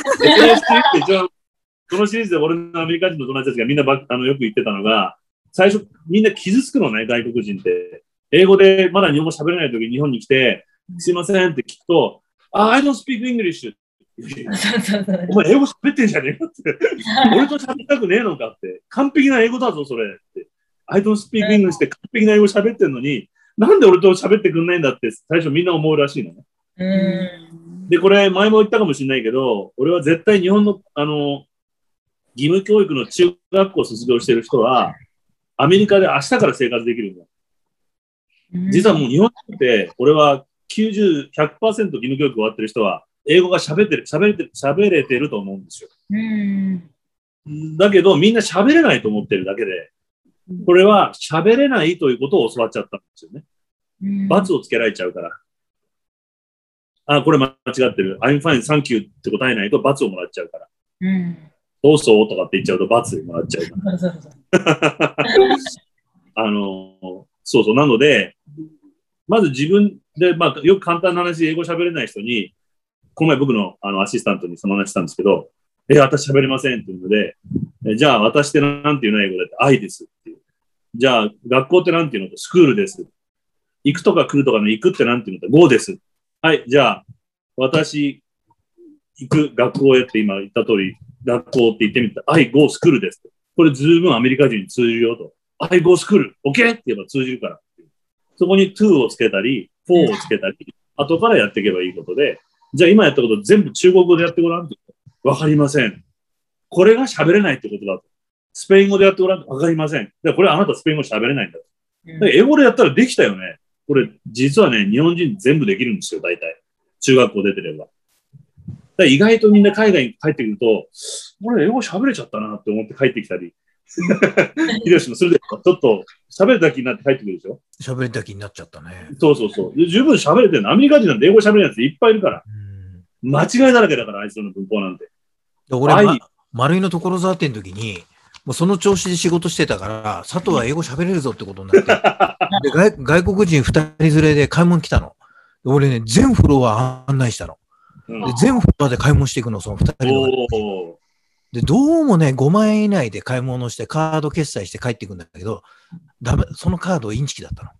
このシリーズで俺のアメリカ人の友達たちがみんなばあのよく言ってたのが、最初みんな傷つくのね、外国人って。英語でまだ日本語喋れない時に日本に来て、すいませんって聞くと、あ、I don't speak English。お前英語喋ってんじゃねえかって。俺と喋りたくねえのかって。完璧な英語だぞ、それって。I don't speak English って完璧な英語喋ってんのに、なんで俺と喋ってくんないんだって最初みんな思うらしいのね。 うんで、これ前も言ったかもしれないけど、俺は絶対日本の、あの、義務教育の中学校を卒業してる人は、アメリカで明日から生活できるんだ。実はもう日本って俺はきゅうじゅう、ひゃくパーセント 義務教育終わってる人は英語が喋ってる、喋れてる、喋れてると思うんですよ。 うんだけどみんな喋れないと思ってるだけで、これは喋れないということを教わっちゃったんですよね。罰をつけられちゃうから。あ、これ間違ってる。I'm fine, thank you って答えないと罰をもらっちゃうから。 うんどうそうとかって言っちゃうと罰もらっちゃうから。あの、そうそう。なので、まず自分で、まあ、よく簡単な話、英語喋れない人に、この前僕のあのアシスタントにその話したんですけど、え、私喋れませんっていうので、えじゃあ私ってなんていうの英語でって愛ですっていう。じゃあ学校ってなんていうのってスクールです。行くとか来るとかの行くってなんていうのって Go です。はい、じゃあ私行く学校へって今言った通り、学校って言ってみたら、I go school です。これずいぶんアメリカ人に通じるよと。I go school, OK? って言えば通じるから。そこに to をつけたり、for をつけたり、後からやっていけばいいことで、じゃあ今やったこと全部中国語でやってごらんって。わかりません。これが喋れないってことだと。スペイン語でやってごらんわかりません。でこれあなたスペイン語喋れないんだと。だ英語でやったらできたよね。これ実はね、日本人全部できるんですよ、大体。中学校出てれば。だ意外とみんな海外に帰ってくると、俺英語喋れちゃったなって思って帰ってきたり。ヒロシもそれでちょっと喋れた気になって帰ってくるでしょ。 喋れた気になっちゃったね。 そうそうそう。十分喋れてるの。アメリカ人なんて英語喋れないやついっぱいいるから。間違いだらけだから、あいつの文法なんて。 俺、ま、丸いの所沢店の時に、もうその調子で仕事してたから、佐藤は英語喋れるぞってことになって、で 外, 外国人二人連れで買い物来たの。俺ね、全フロア案内したの。で全フロアで買い物していくの、その二人の。で、どうもね、ごまんえん以内で買い物して、カード決済して帰っていくんだけど、ダメ、そのカードインチキだったの。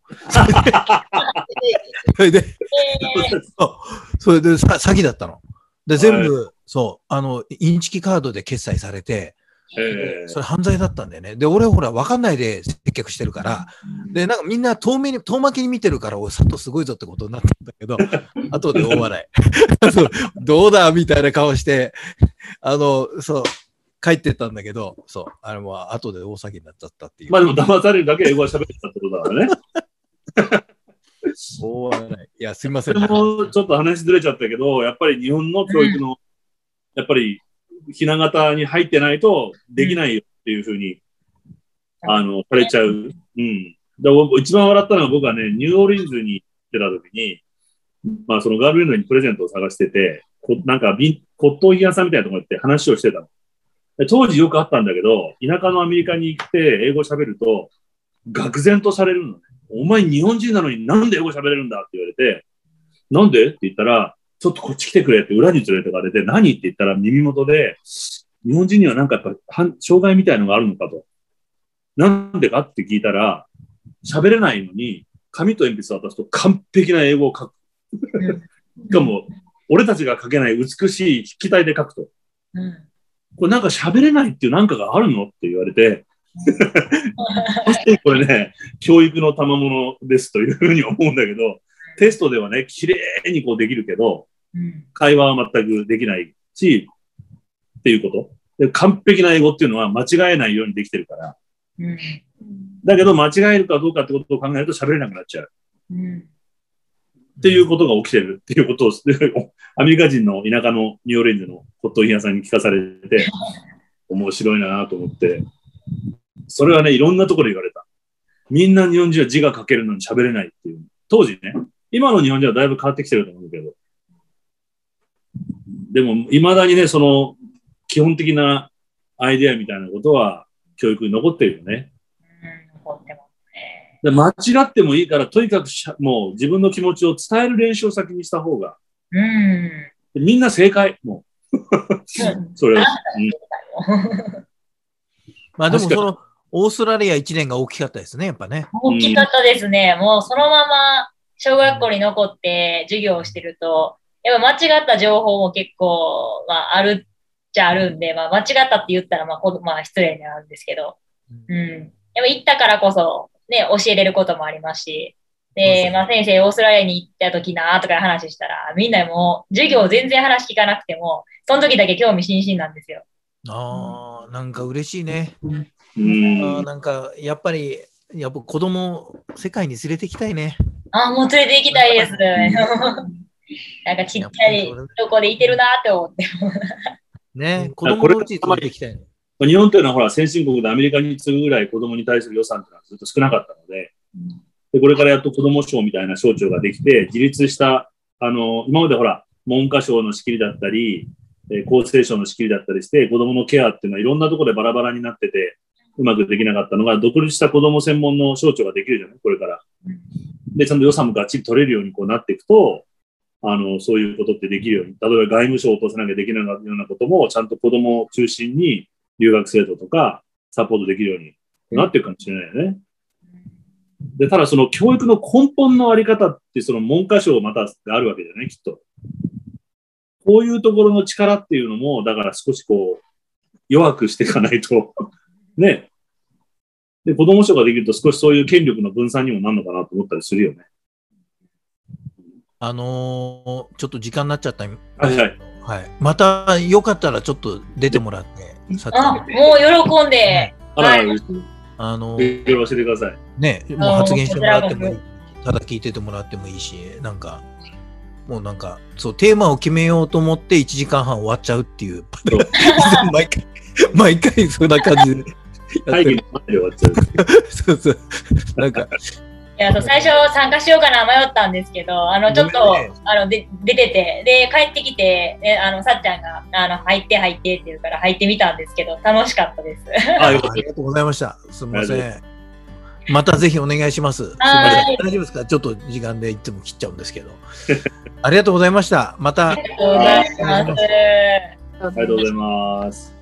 それで、それでさ詐欺だったの。で、全部、はい、そう、あの、インチキカードで決済されて、それ犯罪だったんだよね。で、俺ほら、わかんないで接客してるから、で、なんかみんな遠目に、遠巻きに見てるから、おい、佐藤すごいぞってことになったんだけど、後で大笑い。そうどうだみたいな顔して、あの、そう、帰ってったんだけど、そう、あれも後で大騒ぎになっちゃったっていう。 まあでも騙されるだけ英語は喋ってたってことだからね。 大笑い。いや、すみません。 でもちょっと話ずれちゃったけど、やっぱり日本の教育の、うん、やっぱり、ひな形に入ってないとできないよっていうふうに、うん、あの、されちゃう。うん。で一番笑ったのは僕はね、ニューオーリンズに行ってた時に、まあそのガールフレンドにプレゼントを探してて、こなんか骨董品屋さんみたいなところに行って話をしてたの。で当時よくあったんだけど、田舎のアメリカに行って英語喋ると、愕然とされるのね。お前日本人なのになんで英語喋れるんだって言われて、なんでって言ったら、ちょっとこっち来てくれって裏に連れてかれて、何って言ったら耳元で、日本人にはなんかやっぱ障害みたいのがあるのかと。なんでかって聞いたら、喋れないのに、紙と鉛筆を渡すと完璧な英語を書く。しかも、俺たちが書けない美しい筆記体で書くと。これなんか喋れないっていうなんかがあるのって言われて、そしてこれね、教育の賜物ですというふうに思うんだけど、テストではね、綺麗にこうできるけど、会話は全くできないし、っていうこと。で完璧な英語っていうのは間違えないようにできてるから。だけど間違えるかどうかってことを考えると喋れなくなっちゃう。っていうことが起きてるっていうことを、アメリカ人の田舎のニューオーリンズの骨董品屋さんに聞かされて、面白いなと思って、それはね、いろんなところで言われた。みんな日本人は字が書けるのに喋れないっていう。当時ね、今の日本人はだいぶ変わってきてると思うけど、 でも、いまだにね、その、基本的なアイデアみたいなことは、教育に残ってるよね。 うん、残ってますね。 で間違ってもいいから、とにかくしゃもう自分の気持ちを伝える練習を先にした方が。 うん。 みんな正解、もう。それは。うん、 まあでもその、オーストラリアいちねんが大きかったですね、やっぱね。 大きかったですね。もうそのまま小学校に残って授業をしてると、やっぱ間違った情報も結構、まあ、あるっちゃあるんで、まあ、間違ったって言ったら、まあ、こまあ、失礼になるんですけど、うん。やっぱ行ったからこそ、ね、教えれることもありますし、で、まあ、先生、オーストラリアに行った時なとか話したら、みんなもう、授業全然話聞かなくても、その時だけ興味津々なんですよ。 ああ、なんか嬉しいね。 うん、 あなんか、やっぱり、やっぱ子供、世界に連れて行きたいね。 ああ、もう連れて行きたいです。なんかちっちゃいとこでいてるなって思って。 ね、子供のうち連れて行きたい、ね。 日本というのはほら、先進国でアメリカに次ぐぐらい子供に対する予算というのはずっと少なかったので、でこれからやっと子供省みたいな省庁ができて、自立した、あの、今までほら、文科省の仕切りだったり、えー、厚生省の仕切りだったりして、子供のケアっていうのはいろんなところでバラバラになってて、うまくできなかったのが、独立した子供専門の省庁ができるじゃない、これから。で、ちゃんと予算もがっちり取れるようにこうなっていくと、あの、そういうことってできるように、例えば外務省を落とさなきゃできないようなことも、ちゃんと子供を中心に留学制度とかサポートできるようになっていくかもしれないよね。で、ただその教育の根本のあり方って、その文科省またがあるわけじゃない、きっと。こういうところの力っていうのも、だから少しこう、弱くしていかないと、ね。で、子供省ができると少しそういう権力の分散にもなるのかなと思ったりするよね。 あのー、ちょっと時間になっちゃった。はいはい。 はい。また、よかったらちょっと出てもらって。 あ、もう喜んで。 あら、 はい、 あのー、 いろいろ教えてください。 ね、もう発言してもらってもいい。ただ聞いててもらってもいいし、なんか、もうなんか、そう、テーマを決めようと思っていちじかんはん終わっちゃうっていう。毎回、毎回そんな感じで。 会議の前で終わっちゃう。 そうそう。なんか。 いや、最初参加しようかな迷ったんですけど、あの、ちょっと、ね、あの、で、出てて、で、帰ってきて、ね、あの、さっちゃんが、あの、入って入ってって言うから入ってみたんですけど、楽しかったです。 あ, ありがとうございました。すみません。またぜひお願いします。すみません。大丈夫ですか？ちょっと時間でいつも切っちゃうんですけど。ありがとうございました。また。 ありがとうございます。 ありがとうございます。